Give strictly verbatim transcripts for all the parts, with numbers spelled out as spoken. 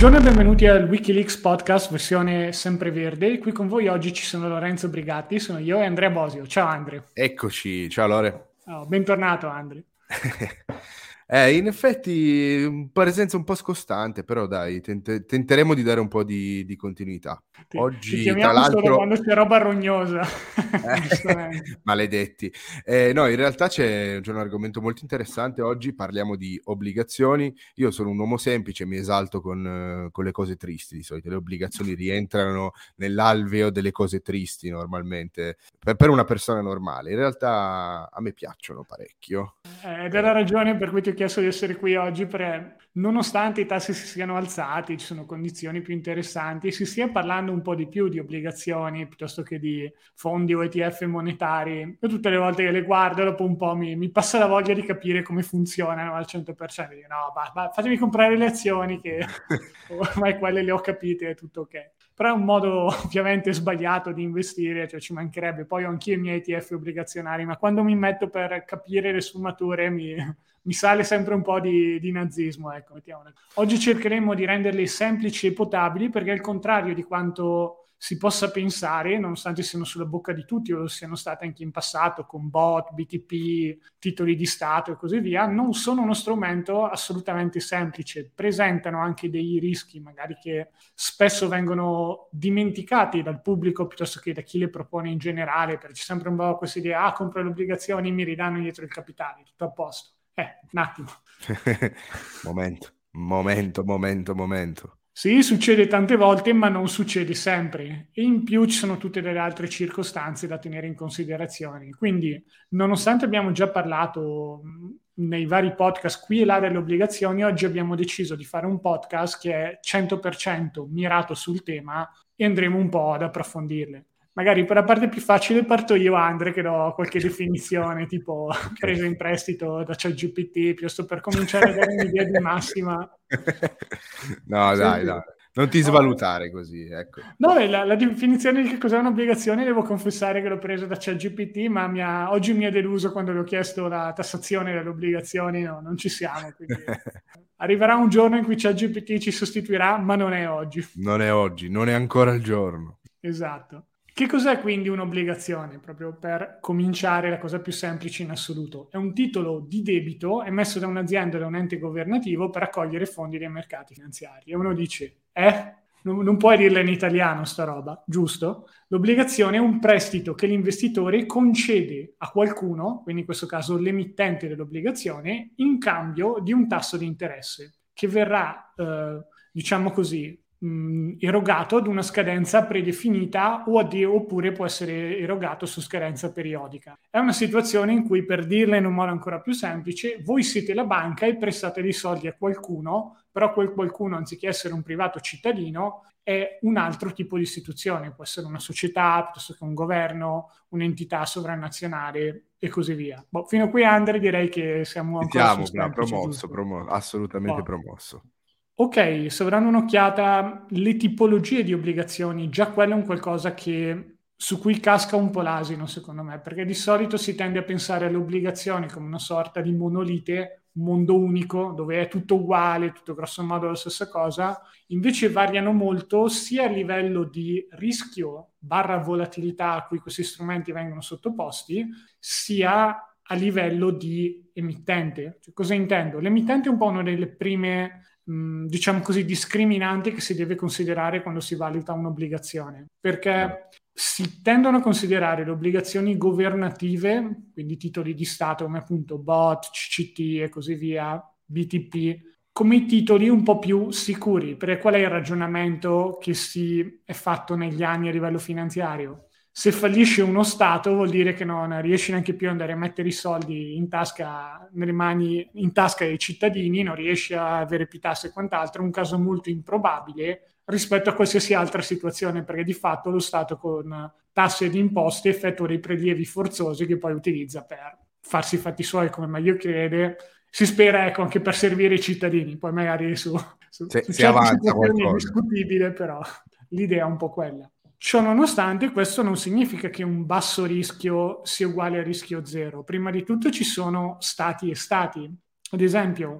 Buongiorno e benvenuti al Wikileaks Podcast versione sempreverde. Qui con voi oggi ci sono Lorenzo Brigatti, sono io e Andrea Bosio. Ciao Andre. Eccoci, ciao Lore. Oh, bentornato Andre. eh, in effetti presenza un po' scostante, però dai, tent- tenteremo di dare un po' di, di continuità. Ti, Oggi, ti chiamiamo tra solo l'altro... quando c'è roba rognosa. Eh, maledetti. Eh, no, in realtà c'è, c'è un argomento molto interessante. Oggi parliamo di obbligazioni. Io sono un uomo semplice, mi esalto con, eh, con le cose tristi. Di solito le obbligazioni rientrano nell'alveo delle cose tristi normalmente, per, per una persona normale. In realtà a me piacciono parecchio. Eh, ed è la ragione per cui ti ho chiesto di essere qui oggi, perché nonostante i tassi si siano alzati, ci sono condizioni più interessanti, si stia parlando un po' di più di obbligazioni piuttosto che di fondi o E T F monetari. Io tutte le volte che le guardo, dopo un po' mi, mi passa la voglia di capire come funzionano al cento per cento. Dico, no, bah, bah, fatemi comprare le azioni che ormai quelle le ho capite, è tutto ok. Però è un modo ovviamente sbagliato di investire, cioè ci mancherebbe. Poi ho anch'io i miei E T F obbligazionari, ma quando mi metto per capire le sfumature mi, mi sale sempre un po' di, di nazismo. Ecco, mettiamola. Oggi cercheremo di renderli semplici e potabili, perché al contrario di quanto si possa pensare, nonostante siano sulla bocca di tutti o lo siano state anche in passato con bot, B T P, titoli di Stato e così via, non sono uno strumento assolutamente semplice. Presentano anche dei rischi, magari che spesso vengono dimenticati dal pubblico piuttosto che da chi le propone in generale, perché c'è sempre un po' questa idea, ah, compro le obbligazioni, mi ridanno indietro il capitale, tutto a posto. Eh, un attimo. momento, momento, momento, momento. Sì, succede tante volte, ma non succede sempre. E in più ci sono tutte delle altre circostanze da tenere in considerazione. Quindi, nonostante abbiamo già parlato nei vari podcast qui e là delle obbligazioni, oggi abbiamo deciso di fare un podcast che è cento per cento mirato sul tema e andremo un po' ad approfondirle. Magari per la parte più facile parto io, Andre, che do qualche definizione, tipo okay. Preso in prestito da ChatGPT, giusto per cominciare a dare un'idea di massima. No, Senti, dai, dai, non ti svalutare così, ecco. No, la, la definizione di che cos'è un'obbligazione, devo confessare che l'ho presa da ChatGPT, ma mi ha, oggi mi ha deluso quando le ho chiesto la tassazione delle obbligazioni, no, non ci siamo, quindi arriverà un giorno in cui ChatGPT ci sostituirà, ma non è oggi. Non è oggi, non è ancora il giorno. Esatto. Che cos'è quindi un'obbligazione? Proprio per cominciare la cosa più semplice in assoluto. È un titolo di debito emesso da un'azienda o da un ente governativo per raccogliere fondi dai mercati finanziari. E uno dice, eh? Non, non puoi dirla in italiano sta roba, giusto? L'obbligazione è un prestito che l'investitore concede a qualcuno, quindi in questo caso l'emittente dell'obbligazione, in cambio di un tasso di interesse che verrà, eh, diciamo così, erogato ad una scadenza predefinita o addio, oppure può essere erogato su scadenza periodica. È una situazione in cui, per dirla in un modo ancora più semplice, voi siete la banca e prestate dei soldi a qualcuno, però quel qualcuno, anziché essere un privato cittadino, è un altro tipo di istituzione, può essere una società, piuttosto che un governo, un'entità sovranazionale e così via. Boh, fino a qui, Andre, direi che siamo ancora siamo, sul semplice, promosso, promosso, assolutamente oh. promosso. Ok, se avranno un'occhiata le tipologie di obbligazioni, già quello è un qualcosa che, su cui casca un po' l'asino, secondo me, perché di solito si tende a pensare alle obbligazioni come una sorta di monolite, un mondo unico, dove è tutto uguale, tutto grosso modo la stessa cosa, invece variano molto sia a livello di rischio barra volatilità a cui questi strumenti vengono sottoposti, sia a livello di emittente. Cioè, cosa intendo? L'emittente è un po' una delle prime diciamo così, discriminanti che si deve considerare quando si valuta un'obbligazione, perché si tendono a considerare le obbligazioni governative, quindi titoli di Stato come appunto B O T, C C T e così via, B T P, come i titoli un po' più sicuri, perché qual è il ragionamento che si è fatto negli anni a livello finanziario? Se fallisce uno Stato vuol dire che non riesci neanche più ad andare a mettere i soldi in tasca, nelle mani, in tasca dei cittadini, non riesci a avere più tasse e quant'altro, è un caso molto improbabile rispetto a qualsiasi altra situazione, perché di fatto lo Stato con tasse ed imposte effettua dei prelievi forzosi che poi utilizza per farsi i fatti suoi come meglio crede, si spera ecco anche per servire i cittadini, poi magari su, su, se, su se certe avanza situazioni qualcosa. È discutibile, però l'idea è un po' quella. Ciò nonostante, questo non significa che un basso rischio sia uguale a rischio zero. Prima di tutto ci sono stati e stati. Ad esempio,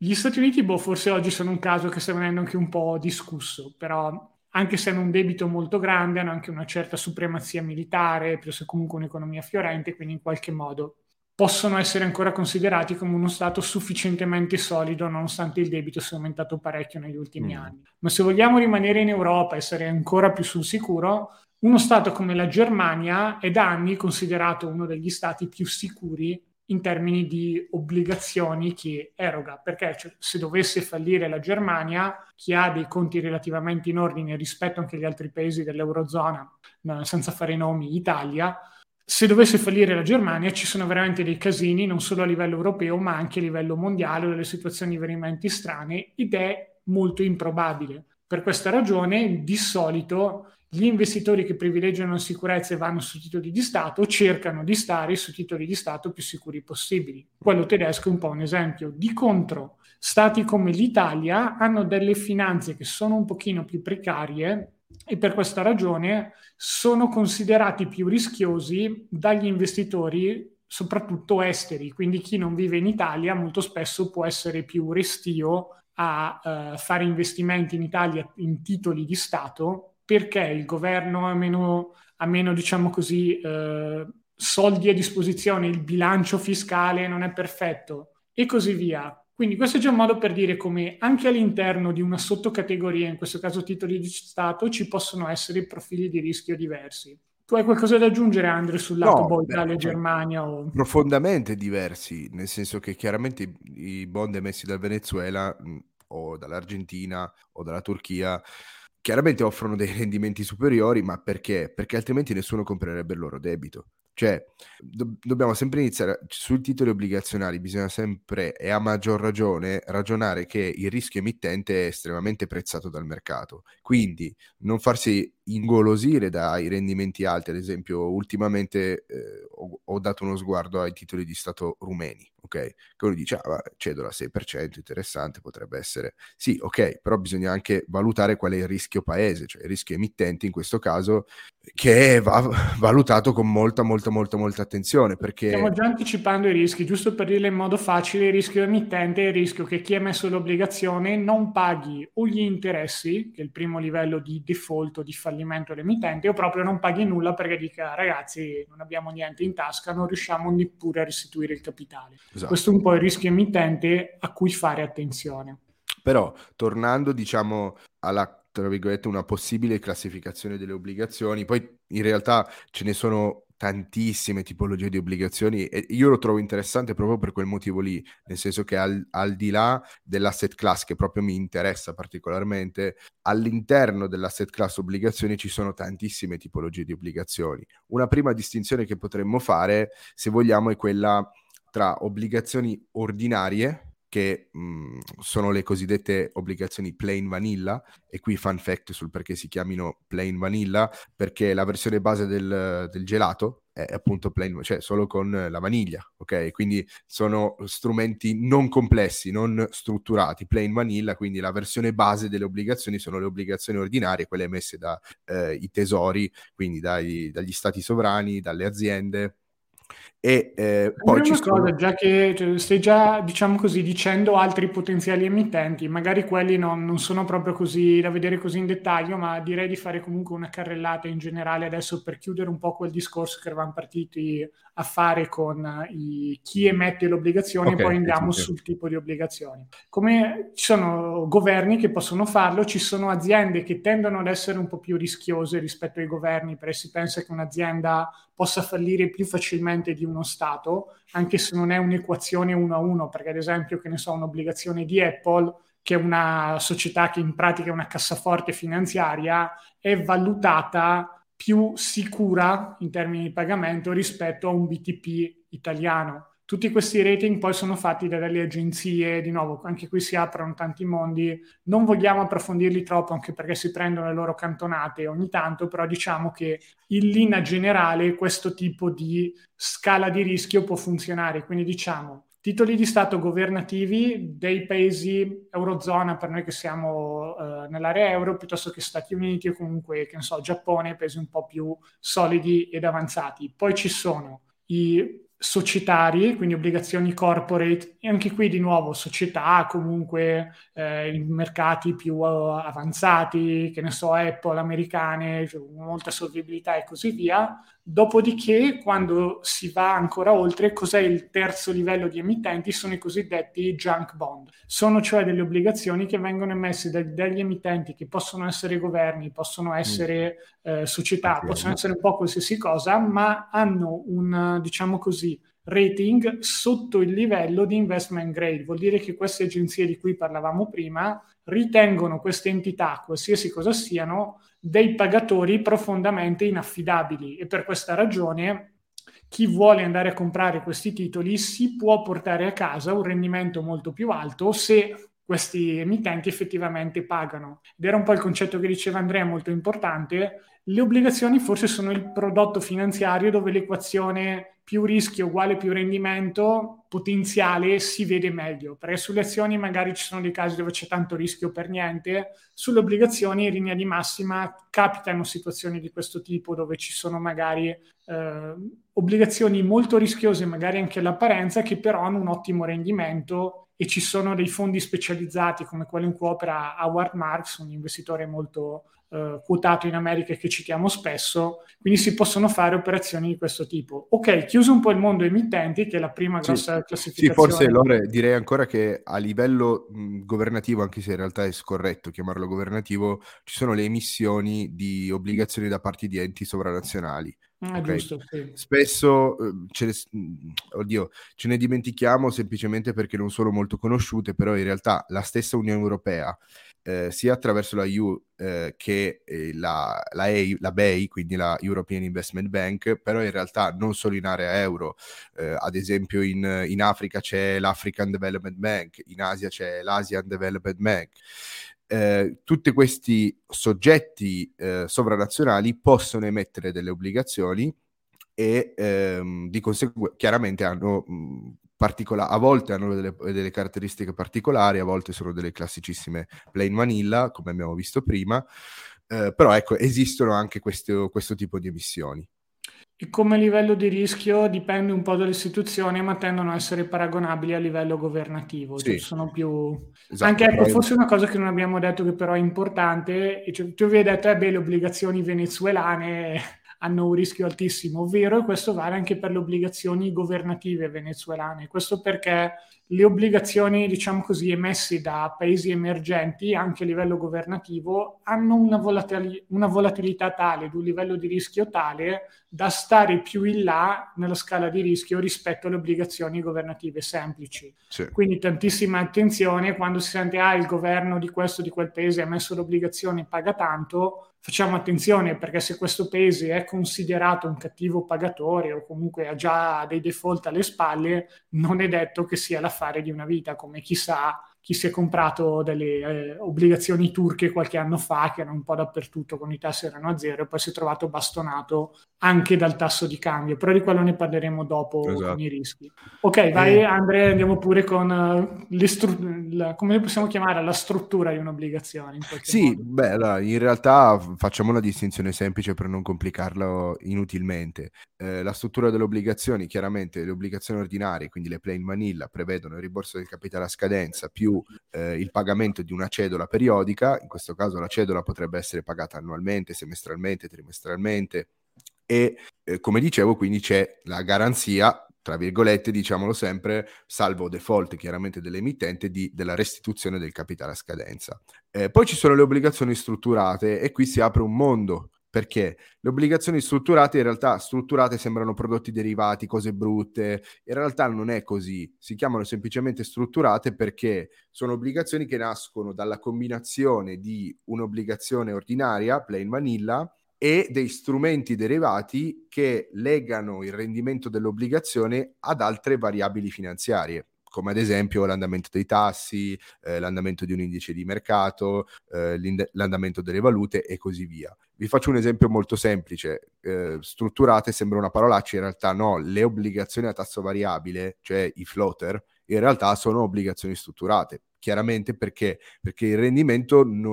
Gli Stati Uniti, boh, forse oggi sono un caso che sta venendo anche un po' discusso, però anche se hanno un debito molto grande, hanno anche una certa supremazia militare, più comunque un'economia fiorente, quindi in qualche modo possono essere ancora considerati come uno Stato sufficientemente solido, nonostante il debito sia aumentato parecchio negli ultimi mm. anni. Ma se vogliamo rimanere in Europa e essere ancora più sul sicuro, uno Stato come la Germania è da anni considerato uno degli Stati più sicuri in termini di obbligazioni che eroga, perché cioè, se dovesse fallire la Germania, che ha dei conti relativamente in ordine rispetto anche agli altri paesi dell'Eurozona, senza fare nomi, Italia, se dovesse fallire la Germania ci sono veramente dei casini, non solo a livello europeo, ma anche a livello mondiale, delle situazioni veramente strane, ed è molto improbabile. Per questa ragione, di solito, gli investitori che privilegiano la sicurezza e vanno su titoli di Stato cercano di stare su titoli di Stato più sicuri possibili. Quello tedesco è un po' un esempio. Di contro, stati come l'Italia hanno delle finanze che sono un pochino più precarie e per questa ragione sono considerati più rischiosi dagli investitori, soprattutto esteri. Quindi chi non vive in Italia molto spesso può essere più restio a uh, fare investimenti in Italia in titoli di Stato, perché il governo ha meno, ha meno diciamo così, eh, soldi a disposizione, il bilancio fiscale non è perfetto e così via. Quindi questo è già un modo per dire come anche all'interno di una sottocategoria, in questo caso titoli di Stato, ci possono essere profili di rischio diversi. Tu hai qualcosa da aggiungere, Andre, sul lato no, boh, Italia e Germania? O... Profondamente diversi, nel senso che chiaramente i, i bond emessi dal Venezuela mh, o dall'Argentina o dalla Turchia chiaramente offrono dei rendimenti superiori, ma perché? Perché altrimenti nessuno comprerebbe il loro debito. Cioè, do- dobbiamo sempre iniziare, sui titoli obbligazionari bisogna sempre, e a maggior ragione, ragionare che il rischio emittente è estremamente prezzato dal mercato. Quindi non farsi ingolosire dai rendimenti alti. Ad esempio, ultimamente eh, ho, ho dato uno sguardo ai titoli di Stato rumeni, ok? Che uno dice, ah, va, cedo la sei per cento, interessante, potrebbe essere. Sì, ok, però bisogna anche valutare qual è il rischio paese, cioè il rischio emittente in questo caso, che va valutato con molta, molta, molta, molta attenzione, perché... Stiamo già anticipando i rischi, giusto per dirle in modo facile, il rischio emittente è il rischio che chi ha emesso l'obbligazione non paghi o gli interessi, che è il primo livello di default o di fallimento dell'emittente, o proprio non paghi nulla perché dica ragazzi non abbiamo niente in tasca, non riusciamo neppure a restituire il capitale. Esatto. Questo è un po' il rischio emittente a cui fare attenzione. Però, tornando diciamo alla tra virgolette una possibile classificazione delle obbligazioni, poi in realtà ce ne sono tantissime tipologie di obbligazioni e io lo trovo interessante proprio per quel motivo lì, nel senso che al, al di là dell'asset class che proprio mi interessa particolarmente, all'interno dell'asset class obbligazioni ci sono tantissime tipologie di obbligazioni. Una prima distinzione che potremmo fare, se vogliamo, è quella tra obbligazioni ordinarie, che mh, sono le cosiddette obbligazioni plain vanilla, e qui fun fact sul perché si chiamino plain vanilla, perché la versione base del, del gelato è appunto plain, cioè solo con la vaniglia, ok? Quindi sono strumenti non complessi, non strutturati, plain vanilla, quindi la versione base delle obbligazioni sono le obbligazioni ordinarie, quelle emesse dai eh, tesori, quindi dai, dagli stati sovrani, dalle aziende. E eh, poi ci una sono... cosa, già che cioè, stai già, diciamo così, dicendo altri potenziali emittenti, magari quelli non, non sono proprio così da vedere così in dettaglio, ma direi di fare comunque una carrellata in generale adesso per chiudere un po' quel discorso che eravamo partiti a fare con i, chi emette l'obbligazione, okay, e poi andiamo sì, sì. sul tipo di obbligazioni. Come ci sono governi che possono farlo, ci sono aziende che tendono ad essere un po' più rischiose rispetto ai governi, perché si pensa che un'azienda possa fallire più facilmente di uno Stato, anche se non è un'equazione uno a uno, perché ad esempio, che ne so, un'obbligazione di Apple, che è una società che in pratica è una cassaforte finanziaria, è valutata più sicura in termini di pagamento rispetto a un B T P italiano. Tutti questi rating poi sono fatti da delle agenzie, di nuovo, anche qui si aprono tanti mondi, non vogliamo approfondirli troppo anche perché si prendono le loro cantonate ogni tanto, però diciamo che in linea generale questo tipo di scala di rischio può funzionare, quindi diciamo titoli di Stato governativi dei paesi Eurozona, per noi che siamo eh, nell'area euro, piuttosto che Stati Uniti o comunque, che ne so, Giappone, paesi un po' più solidi ed avanzati. Poi ci sono i societari, quindi obbligazioni corporate, e anche qui di nuovo società, comunque eh, i mercati più uh, avanzati, che ne so, Apple, americane, cioè, molta solvibilità e così via. Dopodiché, quando si va ancora oltre, cos'è il terzo livello di emittenti? Sono i cosiddetti junk bond. Sono cioè delle obbligazioni che vengono emesse da, dagli emittenti, che possono essere governi, possono essere eh, società, Aziende. possono essere un po' qualsiasi cosa, ma hanno un, diciamo così, rating sotto il livello di investment grade. Vuol dire che queste agenzie di cui parlavamo prima ritengono queste entità, qualsiasi cosa siano, dei pagatori profondamente inaffidabili, e per questa ragione chi vuole andare a comprare questi titoli si può portare a casa un rendimento molto più alto se questi emittenti effettivamente pagano. Ed era un po' il concetto che diceva Andrea, molto importante. Le obbligazioni forse sono il prodotto finanziario dove l'equazione più rischio uguale più rendimento potenziale si vede meglio, perché sulle azioni magari ci sono dei casi dove c'è tanto rischio per niente, sulle obbligazioni in linea di massima capitano situazioni di questo tipo dove ci sono magari eh, obbligazioni molto rischiose, magari anche all'apparenza, che però hanno un ottimo rendimento, e ci sono dei fondi specializzati come quello in cui opera Howard Marks, un investitore molto eh, quotato in America che citiamo spesso, quindi si possono fare operazioni di questo tipo. Ok, chiuso un po' il mondo emittenti, che è la prima grossa sì, classificazione. Sì, forse Lore, direi ancora che a livello mh, governativo, anche se in realtà è scorretto chiamarlo governativo, ci sono le emissioni di obbligazioni da parte di enti sovranazionali. Ah, Okay. giusto, sì. Spesso eh, ce, ne, oddio, ce ne dimentichiamo semplicemente perché non sono molto conosciute, però in realtà la stessa Unione Europea, eh, sia attraverso la E U eh, che eh, la, la, E I, la B E I, quindi la European Investment Bank, però in realtà non solo in area euro, eh, ad esempio in, in Africa c'è l'African Development Bank, in Asia c'è l'Asian Development Bank. Eh, tutti questi soggetti eh, sovranazionali possono emettere delle obbligazioni e ehm, di conseguenza chiaramente hanno mh, particola- a volte hanno delle, delle caratteristiche particolari, a volte sono delle classicissime plain vanilla, come abbiamo visto prima, eh, però ecco, esistono anche questo, questo tipo di emissioni. E come livello di rischio dipende un po' dall'istituzione, ma tendono a essere paragonabili a livello governativo. Cioè, Sì, sono più... esatto, Anche ecco, però- forse una cosa che non abbiamo detto che però è importante, e cioè, tu avevi detto, eh beh, le obbligazioni venezuelane hanno un rischio altissimo, ovvero, e questo vale anche per le obbligazioni governative venezuelane. Questo perché le obbligazioni, diciamo così, emesse da paesi emergenti, anche a livello governativo, hanno una, volatil- una volatilità tale, ad un livello di rischio tale, da stare più in là nella scala di rischio rispetto alle obbligazioni governative semplici. sì. Quindi tantissima attenzione quando si sente ah, il governo di questo o di quel paese ha messo l'obbligazione e paga tanto. Facciamo attenzione, perché se questo paese è considerato un cattivo pagatore o comunque ha già dei default alle spalle, non è detto che sia l'affare di una vita, come chissà chi si è comprato delle eh, obbligazioni turche qualche anno fa, che erano un po' dappertutto, con i tassi erano a zero, e poi si è trovato bastonato anche dal tasso di cambio, però di quello ne parleremo dopo, esatto, con i rischi. Ok, vai eh. Andrea, andiamo pure con uh, le stru- la, come possiamo chiamare, la struttura di un'obbligazione in qualche sì, modo. beh, allora, in realtà facciamo una distinzione semplice per non complicarlo inutilmente. Eh, la struttura delle obbligazioni, chiaramente le obbligazioni ordinarie, quindi le plain vanilla, prevedono il rimborso del capitale a scadenza più eh, il pagamento di una cedola periodica. In questo caso la cedola potrebbe essere pagata annualmente, semestralmente, trimestralmente, e eh, come dicevo, quindi c'è la garanzia, tra virgolette, diciamolo sempre, salvo default chiaramente dell'emittente, di, della restituzione del capitale a scadenza. Eh, poi ci sono le obbligazioni strutturate, e qui si apre un mondo, perché le obbligazioni strutturate in realtà strutturate sembrano prodotti derivati, cose brutte, in realtà non è così, si chiamano semplicemente strutturate perché sono obbligazioni che nascono dalla combinazione di un'obbligazione ordinaria, plain vanilla, e dei strumenti derivati che legano il rendimento dell'obbligazione ad altre variabili finanziarie, come ad esempio l'andamento dei tassi, eh, l'andamento di un indice di mercato, eh, l'andamento delle valute e così via. Vi faccio un esempio molto semplice. Eh, strutturate sembra una parolaccia, in realtà no. Le obbligazioni a tasso variabile, cioè i floater, in realtà sono obbligazioni strutturate. Chiaramente perché? Perché il rendimento non è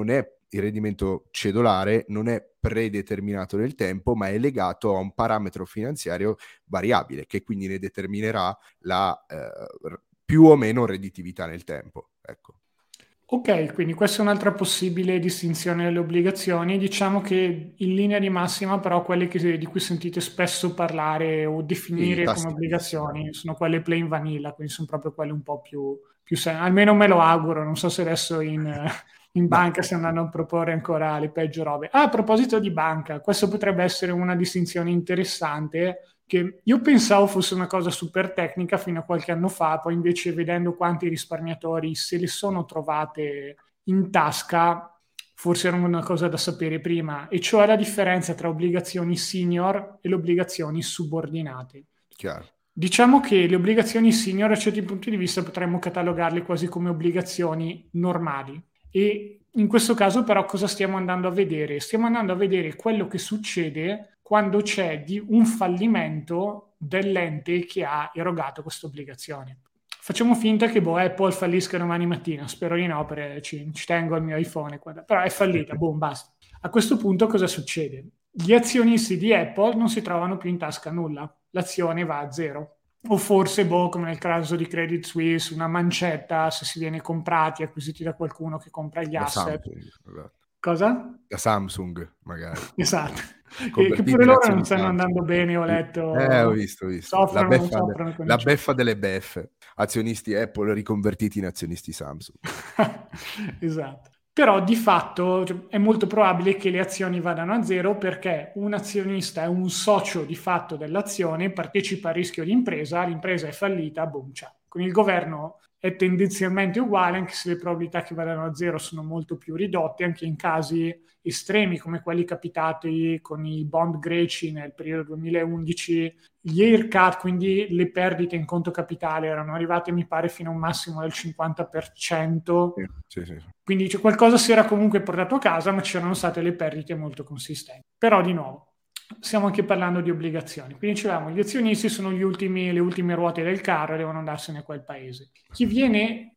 il rendimento cedolare non è predeterminato nel tempo, ma è legato a un parametro finanziario variabile, che quindi ne determinerà la eh, più o meno redditività nel tempo. Ecco. Ok, quindi questa è un'altra possibile distinzione delle obbligazioni. Diciamo che in linea di massima, però, quelle che, di cui sentite spesso parlare o definire Sì, come obbligazioni sono quelle plain vanilla, quindi sono proprio quelle un po' più, più sem- almeno me lo auguro. Non so se adesso in, in banca si andranno a proporre ancora le peggio robe. Ah, a proposito di banca, questo potrebbe essere una distinzione interessante, che io pensavo fosse una cosa super tecnica fino a qualche anno fa, poi invece vedendo quanti risparmiatori se le sono trovate in tasca, forse era una cosa da sapere prima, e cioè la differenza tra obbligazioni senior e le obbligazioni subordinate. Chiaro. Diciamo che le obbligazioni senior a certi punti di vista potremmo catalogarle quasi come obbligazioni normali, e in questo caso però cosa stiamo andando a vedere? Stiamo andando a vedere quello che succede quando c'è di un fallimento dell'ente che ha erogato questa obbligazione. Facciamo finta che boh, Apple fallisca domani mattina, spero di no perché ci, ci tengo al mio iPhone, però è fallita, boom, basta. A questo punto cosa succede? Gli azionisti di Apple non si trovano più in tasca nulla, l'azione va a zero. O forse, boh, come nel caso di Credit Suisse, una mancetta se si viene comprati, acquisiti da qualcuno che compra gli Da asset. Samsung, esatto. Cosa? Da Samsung, magari. Esatto. Che, che Convertiti pure in loro non azioni stanno Samsung. andando bene, ho Eh, ho letto. visto, ho visto. La Soffrono, non beffa, de- soffrono con i la cibi. beffa delle beffe. Azionisti Apple riconvertiti in azionisti Samsung. Esatto. Però di fatto cioè, è molto probabile che le azioni vadano a zero perché un azionista è un socio di fatto dell'azione, partecipa al rischio di impresa, l'impresa è fallita, boom, ciao. Con il governo è tendenzialmente uguale, anche se le probabilità che vadano a zero sono molto più ridotte, anche in casi estremi come quelli capitati con i bond greci nel periodo duemilaundici. Gli haircut, quindi le perdite in conto capitale, erano arrivate mi pare fino a un massimo del cinquanta per cento. Sì, sì, sì. Quindi cioè, qualcosa si era comunque portato a casa, ma c'erano state le perdite molto consistenti. Però di nuovo, stiamo anche parlando di obbligazioni. Quindi dicevamo, gli azionisti sono gli ultimi, le ultime ruote del carro e devono andarsene a quel paese. Chi viene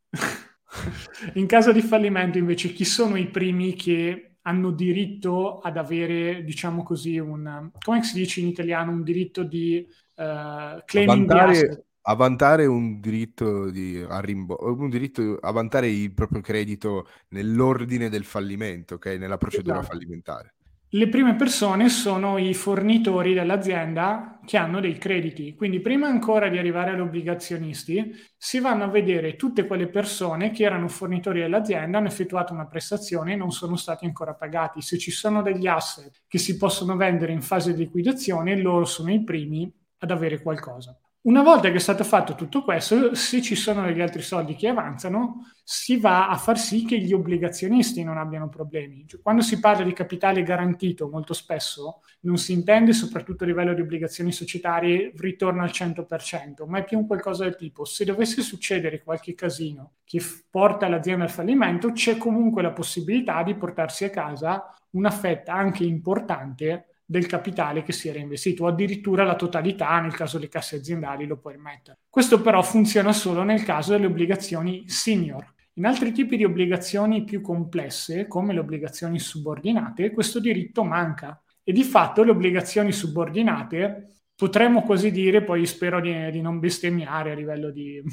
in caso di fallimento invece, chi sono i primi che hanno diritto ad avere, diciamo così, un, come si dice in italiano, un diritto di uh, claiming the asset? A vantare un diritto di, a rimbo- un diritto a vantare il proprio credito nell'ordine del fallimento, ok? Nella procedura Esatto. fallimentare. Le prime persone sono i fornitori dell'azienda che hanno dei crediti, quindi prima ancora di arrivare agli obbligazionisti si vanno a vedere tutte quelle persone che erano fornitori dell'azienda, hanno effettuato una prestazione e non sono stati ancora pagati. Se ci sono degli asset che si possono vendere in fase di liquidazione, loro sono i primi ad avere qualcosa. Una volta che è stato fatto tutto questo, se ci sono degli altri soldi che avanzano, si va a far sì che gli obbligazionisti non abbiano problemi. Cioè, quando si parla di capitale garantito, molto spesso non si intende, soprattutto a livello di obbligazioni societarie, ritorno al cento per cento, ma è più un qualcosa del tipo: se dovesse succedere qualche casino che f- porta l'azienda al fallimento, c'è comunque la possibilità di portarsi a casa una fetta anche importante del capitale che si era investito, o addirittura la totalità nel caso delle casse aziendali lo puoi rimettere. Questo però funziona solo nel caso delle obbligazioni senior. In altri tipi di obbligazioni più complesse, come le obbligazioni subordinate, questo diritto manca e di fatto le obbligazioni subordinate potremmo quasi dire, poi spero di, di non bestemmiare a livello di,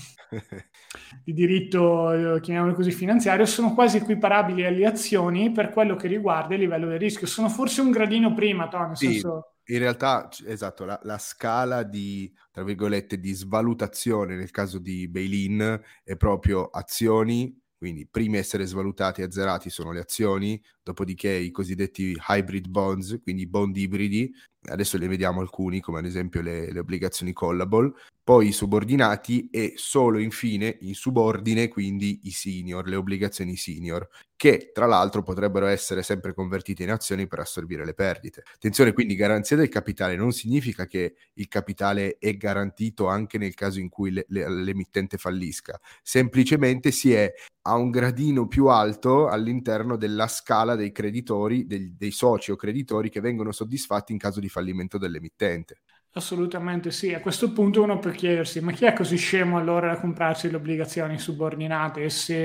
di diritto, eh, chiamiamolo così, finanziario, sono quasi equiparabili alle azioni per quello che riguarda il livello del rischio. Sono forse un gradino prima, to, nel Sì, senso... in realtà, esatto, la, la scala di, tra virgolette, di svalutazione nel caso di bail-in è proprio azioni, quindi primi a essere svalutati e azzerati sono le azioni, dopodiché i cosiddetti hybrid bonds, quindi bond ibridi, adesso ne vediamo alcuni, come ad esempio le, le obbligazioni callable, poi i subordinati e solo infine in subordine, quindi i senior, le obbligazioni senior, che tra l'altro potrebbero essere sempre convertite in azioni per assorbire le perdite. Attenzione, quindi garanzia del capitale non significa che il capitale è garantito anche nel caso in cui le, le, l'emittente fallisca, semplicemente si è a un gradino più alto all'interno della scala dei creditori, dei, dei soci o creditori che vengono soddisfatti in caso di fallimento dell'emittente. Assolutamente sì. A questo punto uno può chiedersi: ma chi è così scemo allora da comprarsi le obbligazioni subordinate se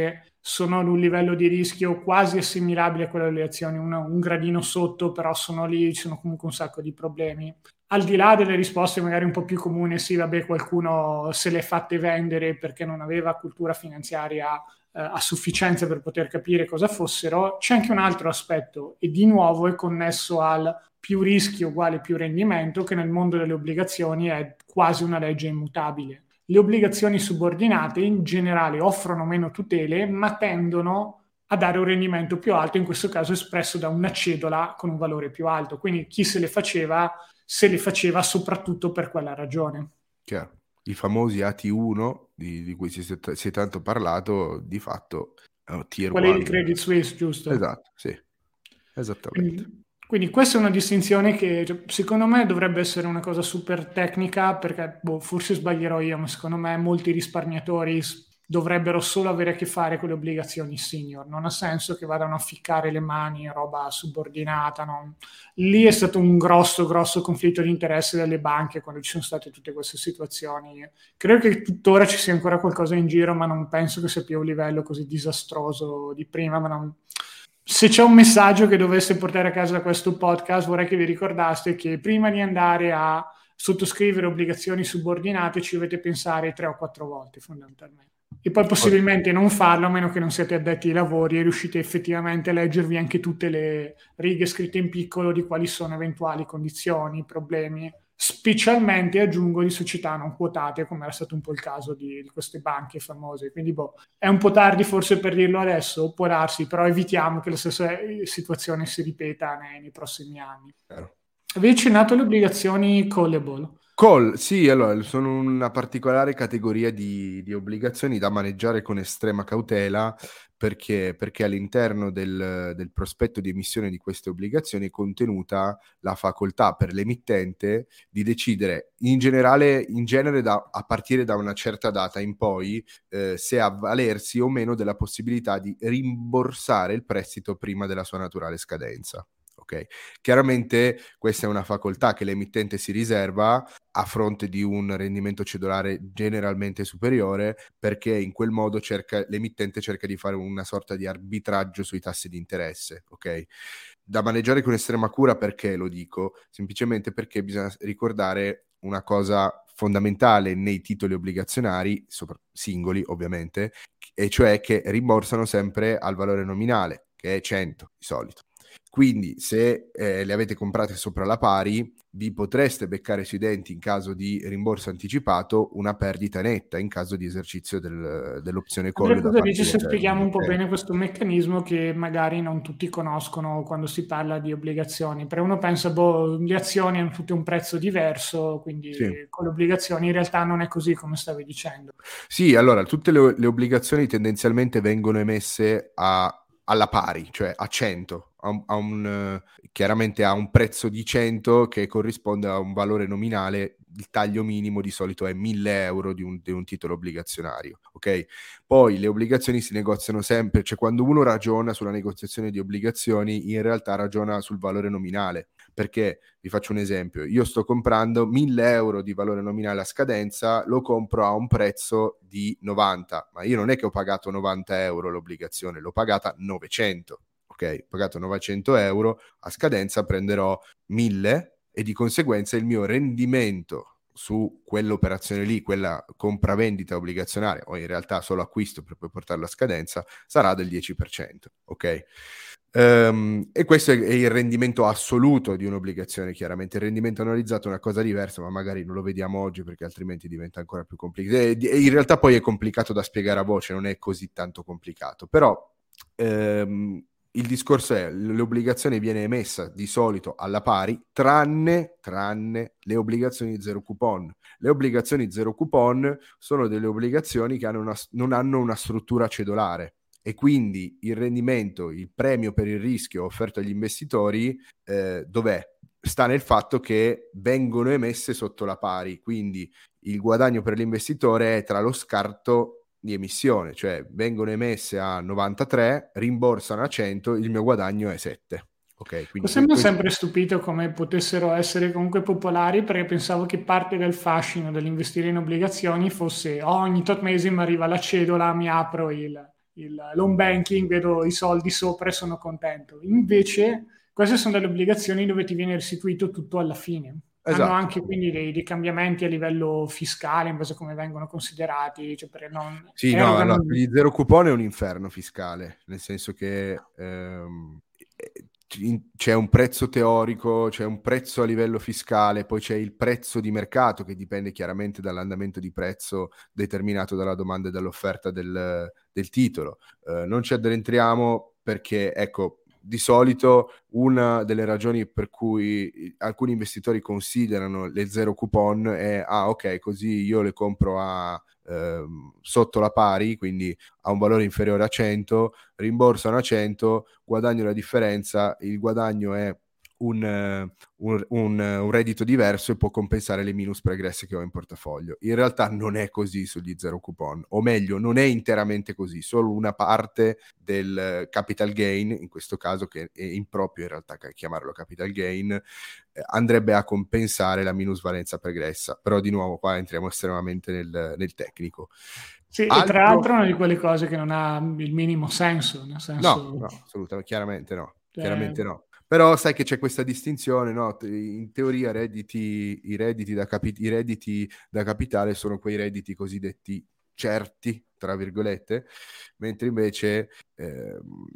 sono ad un livello di rischio quasi assimilabile a quello delle azioni, un, un gradino sotto, però sono lì, ci sono comunque un sacco di problemi. Al di là delle risposte magari un po' più comuni, sì, vabbè, qualcuno se le è fatte vendere perché non aveva cultura finanziaria eh, a sufficienza per poter capire cosa fossero, c'è anche un altro aspetto, e di nuovo è connesso al più rischio uguale più rendimento, che nel mondo delle obbligazioni è quasi una legge immutabile. Le obbligazioni subordinate in generale offrono meno tutele, ma tendono a dare un rendimento più alto, in questo caso espresso da una cedola con un valore più alto. Quindi chi se le faceva, se le faceva soprattutto per quella ragione. Chiaro. I famosi A T uno, di, di cui si, si è tanto parlato, di fatto oh, tier Quelli one. di Credit Suisse, giusto? Esatto, sì, esattamente. Quindi, quindi questa è una distinzione che cioè, secondo me dovrebbe essere una cosa super tecnica, perché boh, forse sbaglierò io, ma secondo me molti risparmiatori dovrebbero solo avere a che fare con le obbligazioni senior. Non ha senso che vadano a ficcare le mani in roba subordinata. No? Lì è stato un grosso, grosso conflitto di interesse delle banche quando ci sono state tutte queste situazioni. Credo che tuttora ci sia ancora qualcosa in giro, ma non penso che sia più a un livello così disastroso di prima. Ma non... Se c'è un messaggio che dovesse portare a casa da questo podcast, vorrei che vi ricordaste che prima di andare a sottoscrivere obbligazioni subordinate ci dovete pensare tre o quattro volte fondamentalmente. E poi possibilmente non farlo a meno che non siate addetti ai lavori e riuscite effettivamente a leggervi anche tutte le righe scritte in piccolo di quali sono eventuali condizioni, problemi, specialmente aggiungo di società non quotate, come era stato un po' il caso di, di queste banche famose. Quindi boh, è un po' tardi forse per dirlo adesso, può darsi, però evitiamo che la stessa situazione si ripeta nei, nei prossimi anni. Vero. Avevi accennato le obbligazioni callable. Call, sì, allora sono una particolare categoria di, di obbligazioni da maneggiare con estrema cautela perché, perché all'interno del, del prospetto di emissione di queste obbligazioni è contenuta la facoltà per l'emittente di decidere in generale, in genere da, a partire da una certa data in poi eh, se avvalersi o meno della possibilità di rimborsare il prestito prima della sua naturale scadenza. Okay. Chiaramente questa è una facoltà che l'emittente si riserva a fronte di un rendimento cedolare generalmente superiore, perché in quel modo cerca, l'emittente cerca di fare una sorta di arbitraggio sui tassi di interesse, ok? Da maneggiare con estrema cura. Perché lo dico? Semplicemente perché bisogna ricordare una cosa fondamentale nei titoli obbligazionari, sopra, singoli ovviamente, e cioè che rimborsano sempre al valore nominale, che è cento di solito. Quindi se eh, le avete comprate sopra la pari, vi potreste beccare sui denti in caso di rimborso anticipato una perdita netta in caso di esercizio del, dell'opzione call. Cosa dici se spieghiamo un po' bene questo meccanismo che magari non tutti conoscono quando si parla di obbligazioni? Per uno pensa, boh, le azioni hanno tutte un prezzo diverso, quindi sì. Con le obbligazioni in realtà non è così come stavi dicendo. Sì, allora tutte le, le obbligazioni tendenzialmente vengono emesse a alla pari, cioè a cento, a un, a un, chiaramente a un prezzo di cento che corrisponde a un valore nominale. Il taglio minimo di solito è mille euro di un, di un titolo obbligazionario, ok? Poi le obbligazioni si negoziano sempre, cioè quando uno ragiona sulla negoziazione di obbligazioni in realtà ragiona sul valore nominale, perché vi faccio un esempio: io sto comprando mille euro di valore nominale a scadenza, lo compro a un prezzo di novanta, ma io non è che ho pagato novanta euro l'obbligazione, l'ho pagata novecento, ok? Ho pagato novecento euro, a scadenza prenderò mille e di conseguenza il mio rendimento su quell'operazione lì, quella compravendita obbligazionaria, o in realtà solo acquisto per poi portarlo a scadenza, sarà del dieci per cento, ok? Um, e questo è, è il rendimento assoluto di un'obbligazione. Chiaramente il rendimento analizzato è una cosa diversa, ma magari non lo vediamo oggi perché altrimenti diventa ancora più complicato, e, e in realtà poi è complicato da spiegare a voce, non è così tanto complicato, però um, il discorso è: l'obbligazione viene emessa di solito alla pari, tranne, tranne le obbligazioni zero coupon. Le obbligazioni zero coupon sono delle obbligazioni che hanno una, non hanno una struttura cedolare, e quindi il rendimento, il premio per il rischio offerto agli investitori, eh, dov'è? Sta nel fatto che vengono emesse sotto la pari, quindi il guadagno per l'investitore è tra lo scarto di emissione, cioè vengono emesse a novantatré, rimborsano a cento, il mio guadagno è sette. Okay, mi sembra questo... sempre stupito come potessero essere comunque popolari, perché pensavo che parte del fascino dell'investire in obbligazioni fosse oh, ogni tot mesi mi arriva la cedola, mi apro il, il, l'home banking, vedo i soldi sopra e sono contento. Invece queste sono delle obbligazioni dove ti viene restituito tutto alla fine. Esatto. Hanno anche quindi dei, dei cambiamenti a livello fiscale in base a come vengono considerati. Cioè per non, sì, no, allora, gli zero coupon è un inferno fiscale, nel senso che ehm, c'è un prezzo teorico, c'è un prezzo a livello fiscale, poi c'è il prezzo di mercato che dipende chiaramente dall'andamento di prezzo determinato dalla domanda e dall'offerta del, del titolo. Eh, non ci addentriamo perché, ecco, di solito una delle ragioni per cui alcuni investitori considerano le zero coupon è ah ok, così io le compro a ehm, sotto la pari, quindi a un valore inferiore a cento, rimborsano a cento, guadagno la differenza, il guadagno è un, un, un, un reddito diverso e può compensare le minus pregresse che ho in portafoglio. In realtà non è così sugli zero coupon, o meglio, non è interamente così, solo una parte del capital gain, in questo caso che è improprio in realtà chiamarlo capital gain, eh, andrebbe a compensare la minusvalenza pregressa, però di nuovo qua entriamo estremamente nel, nel tecnico. Sì, Altro... e tra l'altro è una di quelle cose che non ha il minimo senso, nel senso... No, no, assolutamente, chiaramente no, eh... chiaramente no. Però sai che c'è questa distinzione, no? In teoria redditi, i, redditi da capi- i redditi da capitale sono quei redditi cosiddetti certi, tra virgolette, mentre invece... Ehm,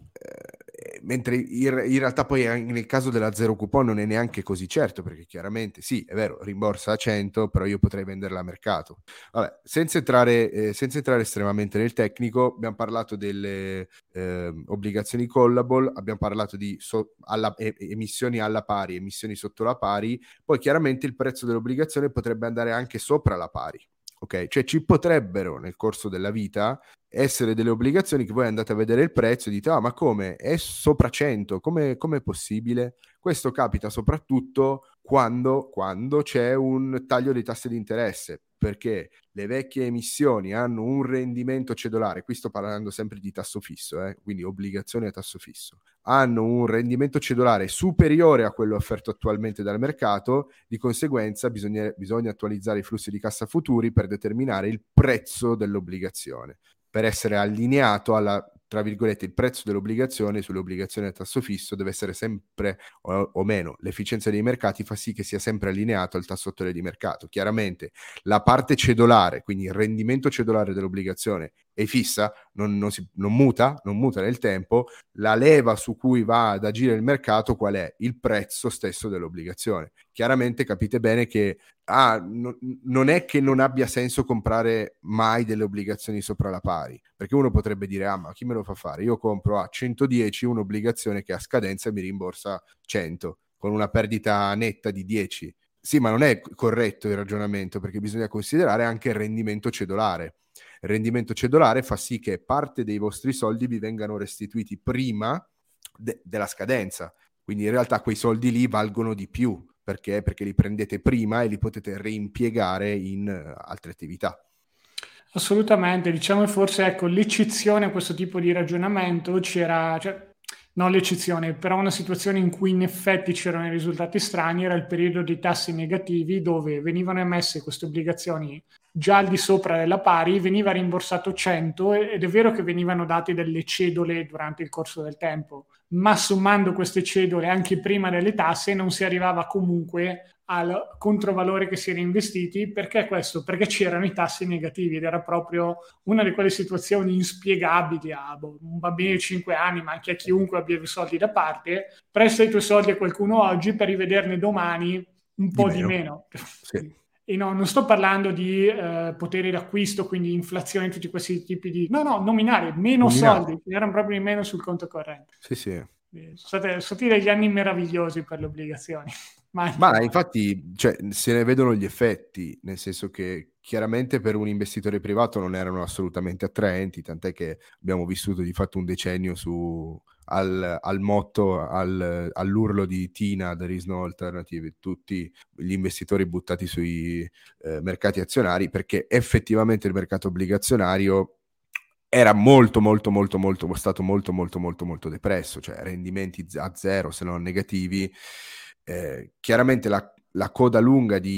eh, mentre in, in realtà poi nel caso della zero coupon non è neanche così certo, perché chiaramente sì, è vero, rimborsa a cento, però io potrei venderla a mercato. Vabbè, senza entrare, eh, senza entrare estremamente nel tecnico, abbiamo parlato delle eh, obbligazioni callable, abbiamo parlato di so, alla, eh, emissioni alla pari, emissioni sotto la pari, poi chiaramente il prezzo dell'obbligazione potrebbe andare anche sopra la pari. Ok, cioè ci potrebbero nel corso della vita essere delle obbligazioni che voi andate a vedere il prezzo e dite ah ma come è sopra cento, come è possibile? Questo capita soprattutto quando, quando c'è un taglio dei tassi di interesse, perché le vecchie emissioni hanno un rendimento cedolare, qui sto parlando sempre di tasso fisso, eh, quindi obbligazioni a tasso fisso, hanno un rendimento cedolare superiore a quello offerto attualmente dal mercato, di conseguenza bisogna, bisogna attualizzare i flussi di cassa futuri per determinare il prezzo dell'obbligazione, per essere allineato alla, tra virgolette, il prezzo dell'obbligazione sulle obbligazioni a tasso fisso deve essere sempre, o, o meno, l'efficienza dei mercati fa sì che sia sempre allineato al tasso attuale di mercato. Chiaramente la parte cedolare, quindi il rendimento cedolare dell'obbligazione è fissa, non, non, si, non muta, non muta nel tempo, la leva su cui va ad agire il mercato qual è? Il prezzo stesso dell'obbligazione. Chiaramente capite bene che ah, no, non è che non abbia senso comprare mai delle obbligazioni sopra la pari, perché uno potrebbe dire ah ma chi me lo fa fare? Io compro a centodieci un'obbligazione che a scadenza mi rimborsa cento con una perdita netta di dieci. Sì, ma non è corretto il ragionamento, perché bisogna considerare anche il rendimento cedolare. Il rendimento cedolare fa sì che parte dei vostri soldi vi vengano restituiti prima de- della scadenza, quindi in realtà quei soldi lì valgono di più. Perché? Perché li prendete prima e li potete reimpiegare in uh, altre attività. Assolutamente, diciamo forse ecco l'eccezione a questo tipo di ragionamento c'era, cioè, non l'eccezione, però una situazione in cui in effetti c'erano i risultati strani era il periodo dei tassi negativi dove venivano emesse queste obbligazioni già al di sopra della pari, veniva rimborsato cento ed è vero che venivano date delle cedole durante il corso del tempo, ma sommando queste cedole anche prima delle tasse non si arrivava comunque al controvalore che si era investiti. Perché questo? Perché c'erano i tassi negativi ed era proprio una di quelle situazioni inspiegabili a boh, un bambino di cinque anni, ma anche a chiunque abbia i soldi da parte, presta i tuoi soldi a qualcuno oggi per rivederne domani un po' di meno. Di meno. Sì. E no, non sto parlando di eh, potere d'acquisto, quindi inflazione, tutti questi tipi di... No, no, nominare, meno nominare. Soldi, erano proprio di meno sul conto corrente. Sì, sì. Sono stati, sono stati degli anni meravigliosi per le obbligazioni. Ma, Ma infatti cioè, se ne vedono gli effetti, nel senso che chiaramente per un investitore privato non erano assolutamente attraenti, tant'è che abbiamo vissuto di fatto un decennio su... Al, al motto, al, all'urlo di Tina, there is no alternative, tutti gli investitori buttati sui eh, mercati azionari, perché effettivamente il mercato obbligazionario era molto molto molto molto stato molto molto molto molto depresso, cioè rendimenti a zero se non negativi. Eh, chiaramente la, la coda lunga di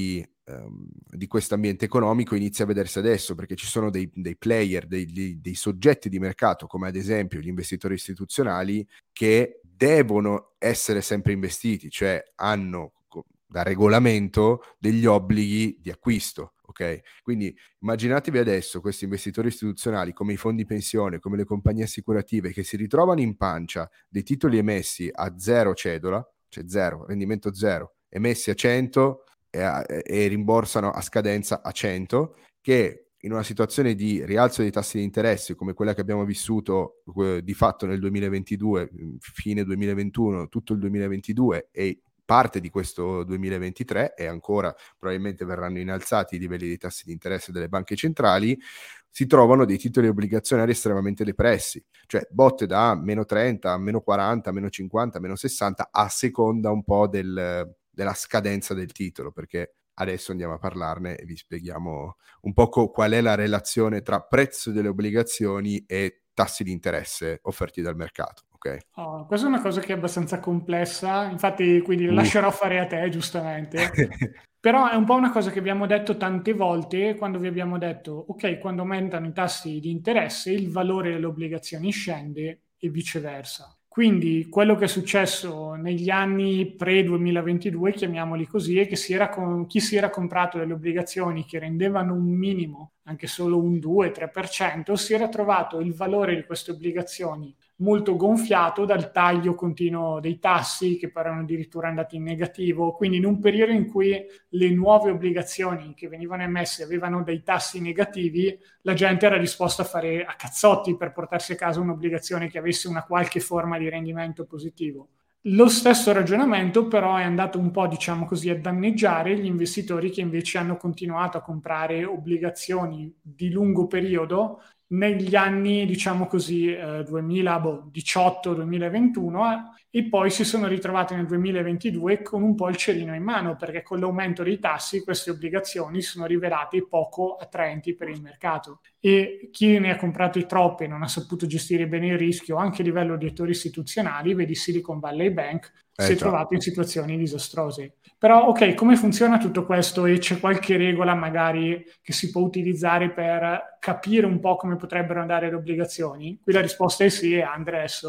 um, di questo ambiente economico inizia a vedersi adesso, perché ci sono dei, dei player, dei, dei, dei soggetti di mercato, come ad esempio gli investitori istituzionali, che devono essere sempre investiti, cioè hanno da regolamento degli obblighi di acquisto. Ok, quindi immaginatevi adesso questi investitori istituzionali come i fondi pensione, come le compagnie assicurative, che si ritrovano in pancia dei titoli emessi a zero cedola, cioè zero, rendimento zero, emessi a cento e, a, e rimborsano a scadenza a cento, che in una situazione di rialzo dei tassi di interesse come quella che abbiamo vissuto eh, di fatto nel duemilaventidue, fine duemilaventuno, tutto il duemilaventidue e parte di questo duemilaventitré, e ancora probabilmente verranno innalzati i livelli dei tassi di interesse delle banche centrali, si trovano dei titoli obbligazionari estremamente depressi, cioè botte da meno trenta, meno quaranta, meno cinquanta, meno sessanta, a seconda un po' del, della scadenza del titolo, perché adesso andiamo a parlarne e vi spieghiamo un po' co- qual è la relazione tra prezzo delle obbligazioni e tassi di interesse offerti dal mercato. Okay. Oh, questa è una cosa che è abbastanza complessa, infatti quindi la Uh. lascerò fare a te, giustamente. Però è un po' una cosa che abbiamo detto tante volte quando vi abbiamo detto, ok, quando aumentano i tassi di interesse il valore delle obbligazioni scende e viceversa. Quindi quello che è successo negli anni pre-duemilaventidue, chiamiamoli così, è che si era con, chi si era comprato delle obbligazioni che rendevano un minimo, anche solo un due tre per cento, si era trovato il valore di queste obbligazioni molto gonfiato dal taglio continuo dei tassi, che poi erano addirittura andati in negativo. Quindi in un periodo in cui le nuove obbligazioni che venivano emesse avevano dei tassi negativi, la gente era disposta a fare a cazzotti per portarsi a casa un'obbligazione che avesse una qualche forma di rendimento positivo. Lo stesso ragionamento però è andato un po', diciamo così, a danneggiare gli investitori che invece hanno continuato a comprare obbligazioni di lungo periodo negli anni, diciamo così, eh, duemiladiciotto duemilaventuno, eh, e poi si sono ritrovati nel duemilaventidue con un po' il cerino in mano, perché con l'aumento dei tassi queste obbligazioni sono rivelate poco attraenti per il mercato. E chi ne ha comprati troppe e non ha saputo gestire bene il rischio, anche a livello di attori istituzionali, vedi Silicon Valley Bank, si Eh, è già. trovato in situazioni disastrose. Però, ok, come funziona tutto questo e c'è qualche regola magari che si può utilizzare per capire un po' come potrebbero andare le obbligazioni? Qui la risposta è sì, e Andre adesso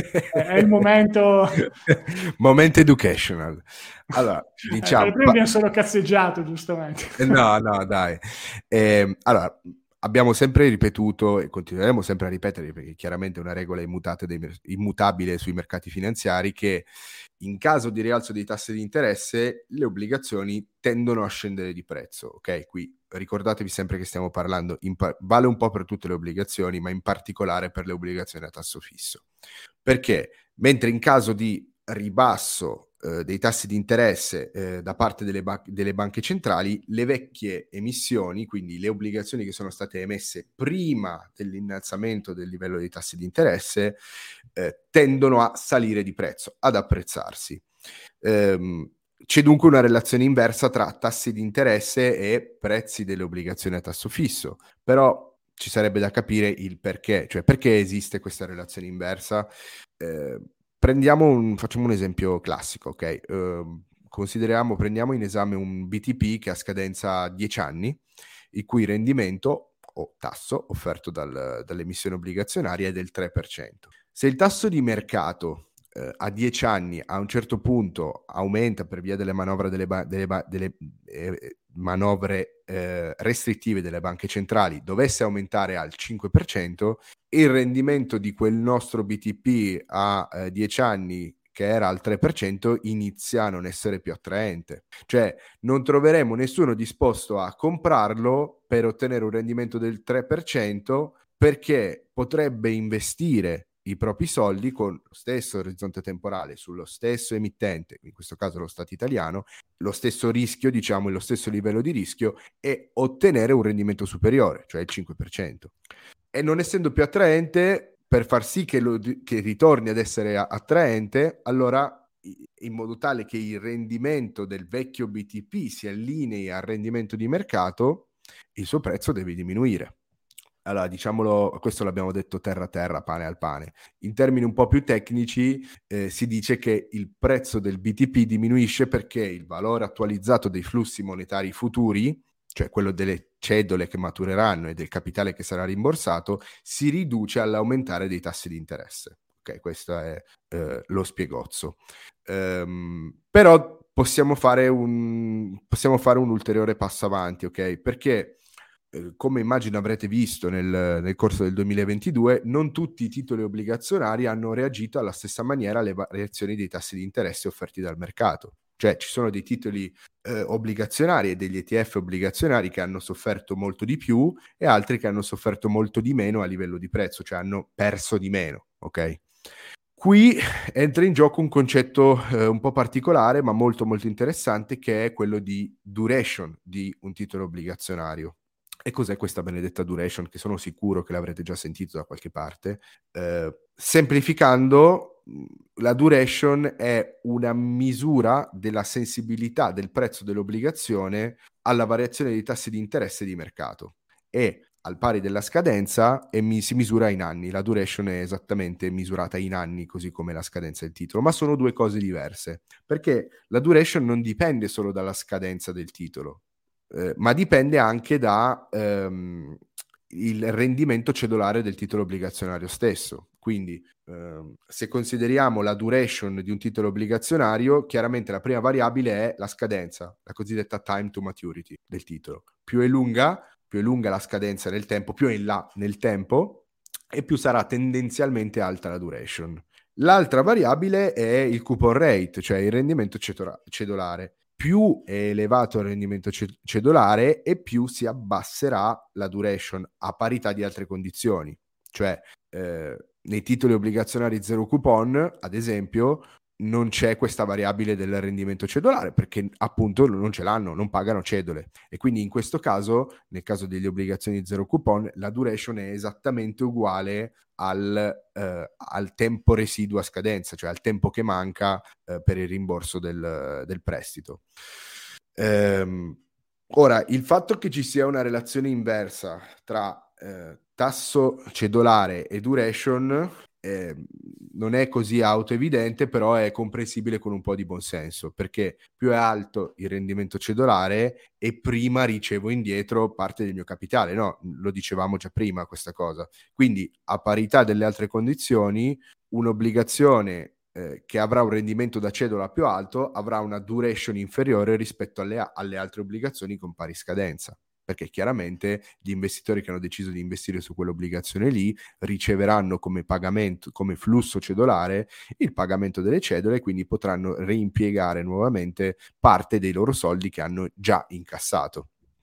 è il momento... Momento educational. Allora, Eh, per diciamo... prima abbiamo solo cazzeggiato, giustamente. No, no, dai. Eh, allora, abbiamo sempre ripetuto e continueremo sempre a ripetere, perché chiaramente è una regola dei, immutabile sui mercati finanziari, che in caso di rialzo dei tassi di interesse le obbligazioni tendono a scendere di prezzo. Ok, qui ricordatevi sempre che stiamo parlando, in par- vale un po' per tutte le obbligazioni, ma in particolare per le obbligazioni a tasso fisso. Perché mentre in caso di ribasso eh, dei tassi di interesse eh, da parte delle, ba- delle banche centrali, le vecchie emissioni, quindi le obbligazioni che sono state emesse prima dell'innalzamento del livello dei tassi di interesse, eh, tendono a salire di prezzo, ad apprezzarsi. Ehm, c'è dunque una relazione inversa tra tassi di interesse e prezzi delle obbligazioni a tasso fisso, però ci sarebbe da capire il perché, cioè perché esiste questa relazione inversa. Eh, prendiamo un, facciamo un esempio classico, ok? Uh, consideriamo, prendiamo in esame un B T P che ha scadenza dieci anni, il cui rendimento o tasso offerto dal, dall'emissione obbligazionaria è del tre per cento. Se il tasso di mercato eh, a dieci anni a un certo punto aumenta per via delle manovre delle, ba- delle, ba- delle eh, manovre eh, restrittive delle banche centrali, dovesse aumentare al cinque per cento, il rendimento di quel nostro B T P a eh, dieci anni, che era al tre per cento, inizia a non essere più attraente. Cioè non troveremo nessuno disposto a comprarlo per ottenere un rendimento del tre per cento, perché potrebbe investire i propri soldi con lo stesso orizzonte temporale sullo stesso emittente, in questo caso lo Stato italiano, lo stesso rischio, diciamo, lo stesso livello di rischio, e ottenere un rendimento superiore, cioè il cinque per cento. E non essendo più attraente, per far sì che, lo, che ritorni ad essere attraente, allora in modo tale che il rendimento del vecchio B T P si allinei al rendimento di mercato, il suo prezzo deve diminuire. allora diciamolo, questo l'abbiamo detto terra terra, pane al pane. In termini un po' più tecnici eh, si dice che il prezzo del B T P diminuisce perché il valore attualizzato dei flussi monetari futuri, cioè quello delle cedole che matureranno e del capitale che sarà rimborsato, si riduce all'aumentare dei tassi di interesse. Ok, questo è eh, lo spiegozzo. Um, però possiamo fare un possiamo fare un ulteriore passo avanti, ok? Perché eh, come immagino avrete visto nel, nel corso del duemilaventidue, non tutti i titoli obbligazionari hanno reagito alla stessa maniera alle variazioni dei tassi di interesse offerti dal mercato. Cioè ci sono dei titoli eh, obbligazionari e degli E T F obbligazionari che hanno sofferto molto di più e altri che hanno sofferto molto di meno a livello di prezzo, cioè hanno perso di meno, ok? Qui entra in gioco un concetto eh, un po' particolare, ma molto molto interessante, che è quello di duration di un titolo obbligazionario. E cos'è questa benedetta duration? Che sono sicuro che l'avrete già sentito da qualche parte. Eh, semplificando, la duration è una misura della sensibilità del prezzo dell'obbligazione alla variazione dei tassi di interesse di mercato. E al pari della scadenza e mi, si misura in anni. La duration è esattamente misurata in anni, così come la scadenza del titolo, ma sono due cose diverse, perché la duration non dipende solo dalla scadenza del titolo, eh, ma dipende anche da ehm, il rendimento cedolare del titolo obbligazionario stesso. Quindi ehm, se consideriamo la duration di un titolo obbligazionario, chiaramente la prima variabile è la scadenza, la cosiddetta time to maturity del titolo. Più è lunga, più è lunga la scadenza nel tempo, più è in là nel tempo e più sarà tendenzialmente alta la duration. L'altra variabile è il coupon rate, cioè il rendimento cedolare. Più è elevato il rendimento cedolare e più si abbasserà la duration a parità di altre condizioni. Cioè eh, nei titoli obbligazionari zero coupon, ad esempio, non c'è questa variabile del rendimento cedolare perché appunto non ce l'hanno, non pagano cedole, e quindi in questo caso, nel caso delle obbligazioni zero coupon, la duration è esattamente uguale al, eh, al tempo residuo a scadenza, cioè al tempo che manca eh, per il rimborso del, del prestito. Ehm, ora, il fatto che ci sia una relazione inversa tra eh, tasso cedolare e duration Eh, non è così autoevidente, però è comprensibile con un po' di buonsenso, perché più è alto il rendimento cedolare e prima ricevo indietro parte del mio capitale, no? Lo dicevamo già prima questa cosa. Quindi a parità delle altre condizioni, un'obbligazione eh, che avrà un rendimento da cedola più alto avrà una duration inferiore rispetto alle, alle altre obbligazioni con pari scadenza, perché chiaramente gli investitori che hanno deciso di investire su quell'obbligazione lì riceveranno come pagamento, come flusso cedolare, il pagamento delle cedole e quindi potranno reimpiegare nuovamente parte dei loro soldi che hanno già incassato.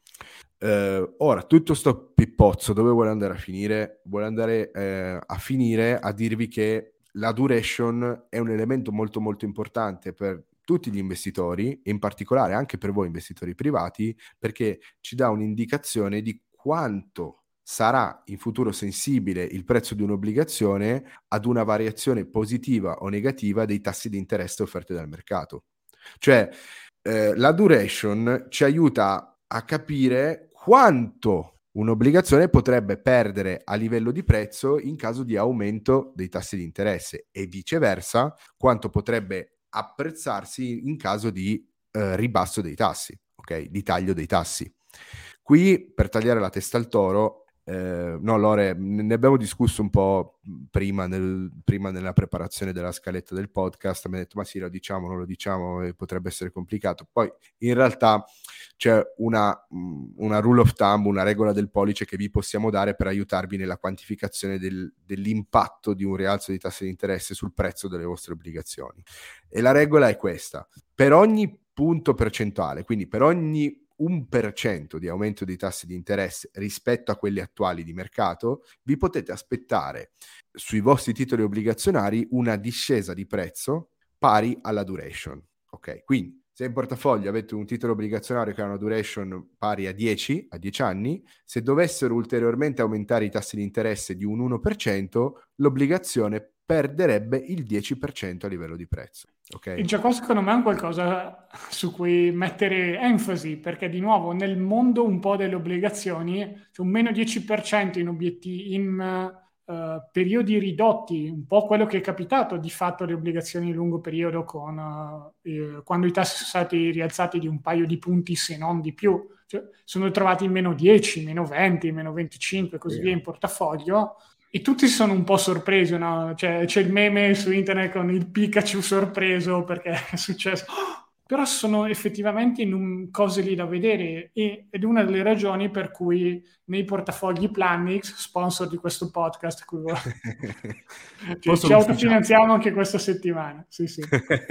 Eh, ora, tutto sto pippozzo dove vuole andare a finire? Vuole andare eh, a finire a dirvi che la duration è un elemento molto molto importante per tutti gli investitori e in particolare anche per voi investitori privati, perché ci dà un'indicazione di quanto sarà in futuro sensibile il prezzo di un'obbligazione ad una variazione positiva o negativa dei tassi di interesse offerti dal mercato. Cioè eh, la duration ci aiuta a capire quanto un'obbligazione potrebbe perdere a livello di prezzo in caso di aumento dei tassi di interesse e viceversa quanto potrebbe apprezzarsi in caso di eh, ribasso dei tassi, ok? Di taglio dei tassi. Qui, per tagliare la testa al toro, eh, no Lore, ne abbiamo discusso un po' prima, nel, prima nella preparazione della scaletta del podcast, mi ha detto ma sì, lo diciamo, non lo diciamo, eh, potrebbe essere complicato. Poi in realtà c'è una, una rule of thumb, una regola del pollice che vi possiamo dare per aiutarvi nella quantificazione del, dell'impatto di un rialzo di tassi di interesse sul prezzo delle vostre obbligazioni. E la regola è questa: per ogni punto percentuale, quindi per ogni un per cento di aumento dei tassi di interesse rispetto a quelli attuali di mercato, vi potete aspettare sui vostri titoli obbligazionari una discesa di prezzo pari alla duration. Ok, quindi se in portafoglio avete un titolo obbligazionario che ha una duration pari a dieci, a dieci anni, se dovessero ulteriormente aumentare i tassi di interesse di un uno per cento, l'obbligazione perderebbe il dieci per cento a livello di prezzo. Okay? E già qua secondo me è un qualcosa su cui mettere enfasi, perché di nuovo nel mondo un po' delle obbligazioni c'è un meno dieci per cento in, obiettivi, in uh, periodi ridotti, un po' quello che è capitato di fatto alle obbligazioni di lungo periodo con, uh, eh, quando i tassi sono stati rialzati di un paio di punti se non di più, cioè, sono trovati in meno dieci, meno venti, meno venticinque, così via in portafoglio. E tutti sono un po' sorpresi, no? Cioè, c'è il meme su internet con il Pikachu sorpreso perché è successo. Però sono effettivamente in un, cose lì da vedere e, ed è una delle ragioni per cui nei portafogli Plannix, sponsor di questo podcast, cui cioè, ci autofinanziamo anche questa settimana. Sì, sì.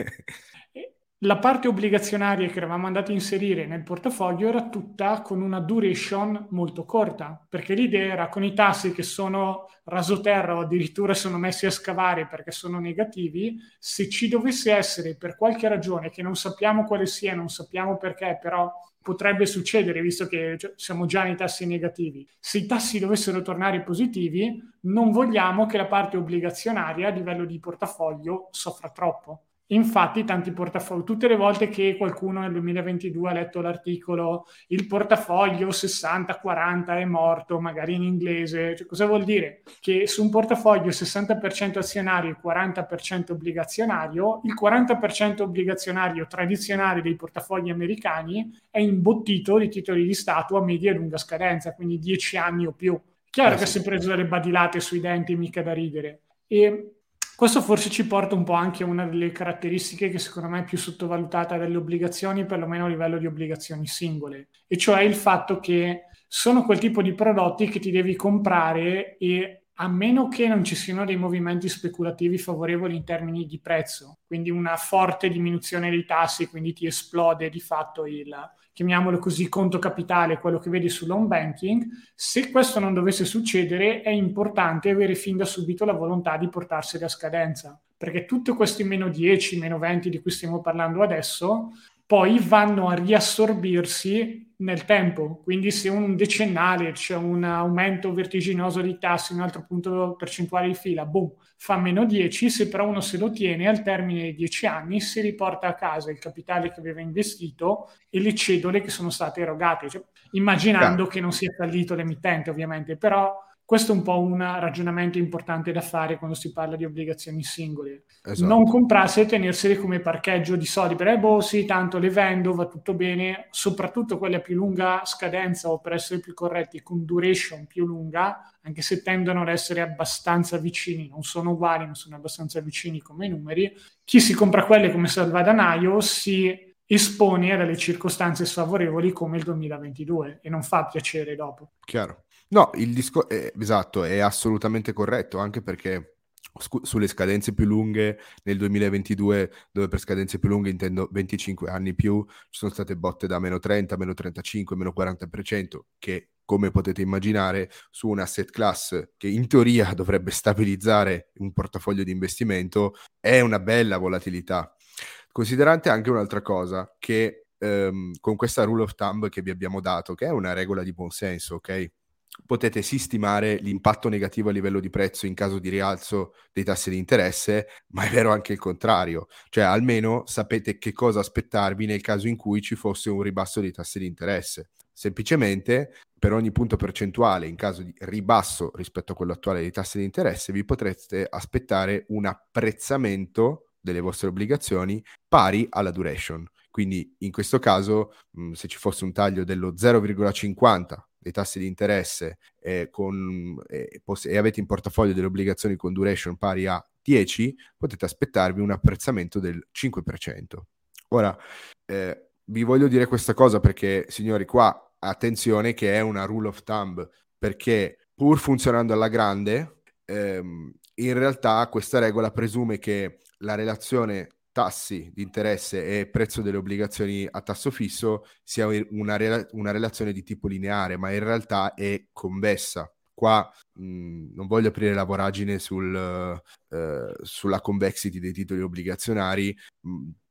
La parte obbligazionaria che eravamo andati a inserire nel portafoglio era tutta con una duration molto corta, perché l'idea era con i tassi che sono rasoterra o addirittura sono messi a scavare perché sono negativi, se ci dovesse essere per qualche ragione che non sappiamo quale sia, non sappiamo perché, però potrebbe succedere visto che cioè, siamo già nei tassi negativi, se i tassi dovessero tornare positivi, non vogliamo che la parte obbligazionaria a livello di portafoglio soffra troppo. Infatti tanti portafogli, tutte le volte che qualcuno nel duemilaventidue ha letto l'articolo il portafoglio sessanta quaranta è morto, magari in inglese, cioè, cosa vuol dire? Che su un portafoglio sessanta per cento azionario e quaranta per cento obbligazionario, il quaranta per cento obbligazionario tradizionale dei portafogli americani è imbottito di titoli di Stato a media e lunga scadenza, quindi dieci anni o più. Chiaro eh, che sì. Si è preso delle badilate sui denti, mica da ridere. E questo forse ci porta un po' anche a una delle caratteristiche che secondo me è più sottovalutata delle obbligazioni, perlomeno a livello di obbligazioni singole, e cioè il fatto che sono quel tipo di prodotti che ti devi comprare e a meno che non ci siano dei movimenti speculativi favorevoli in termini di prezzo, quindi una forte diminuzione dei tassi, quindi ti esplode di fatto il, chiamiamolo così, conto capitale, quello che vedi sull'home banking, se questo non dovesse succedere è importante avere fin da subito la volontà di portarseli a scadenza, perché tutti questi meno dieci, meno venti di cui stiamo parlando adesso poi vanno a riassorbirsi nel tempo, quindi se un decennale c'è un aumento vertiginoso di tassi, un altro punto percentuale di fila, boom, fa meno dieci, se però uno se lo tiene al termine dei dieci anni si riporta a casa il capitale che aveva investito e le cedole che sono state erogate, cioè, immaginando Chiaro. Che non sia fallito l'emittente ovviamente, però questo è un po' un ragionamento importante da fare quando si parla di obbligazioni singole. Esatto. Non comprarsi e tenersele come parcheggio di soldi, per eh, boh sì, tanto le vendo, va tutto bene, soprattutto quelle a più lunga scadenza o per essere più corretti con duration più lunga, anche se tendono ad essere abbastanza vicini, non sono uguali, ma sono abbastanza vicini come numeri. Chi si compra quelle come salvadanaio si espone a delle circostanze sfavorevoli come il duemilaventidue e non fa piacere dopo. Chiaro. No, il discorso è esatto, è assolutamente corretto, anche perché scu- sulle scadenze più lunghe nel duemilaventidue, dove per scadenze più lunghe intendo venticinque anni più, ci sono state botte da meno trenta, meno trentacinque, meno quaranta per cento, che come potete immaginare su un asset class che in teoria dovrebbe stabilizzare un portafoglio di investimento è una bella volatilità. Considerate anche un'altra cosa, che ehm, con questa rule of thumb che vi abbiamo dato, che è una regola di buon senso, ok? Potete sì stimare l'impatto negativo a livello di prezzo in caso di rialzo dei tassi di interesse, ma è vero anche il contrario, cioè almeno sapete che cosa aspettarvi nel caso in cui ci fosse un ribasso dei tassi di interesse. Semplicemente per ogni punto percentuale in caso di ribasso rispetto a quello attuale dei tassi di interesse vi potreste aspettare un apprezzamento delle vostre obbligazioni pari alla duration. Quindi in questo caso mh, se ci fosse un taglio dello zero virgola cinquanta dei tassi di interesse eh, con, eh, poss- e avete in portafoglio delle obbligazioni con duration pari a dieci, potete aspettarvi un apprezzamento del cinque per cento. Ora, eh, vi voglio dire questa cosa perché, signori, qua attenzione che è una rule of thumb, perché pur funzionando alla grande, ehm, in realtà questa regola presume che la relazione tassi di interesse e prezzo delle obbligazioni a tasso fisso sia una, rela- una relazione di tipo lineare, ma in realtà è convessa. Qua mh, non voglio aprire la voragine sul, uh, sulla convexity dei titoli obbligazionari, mh,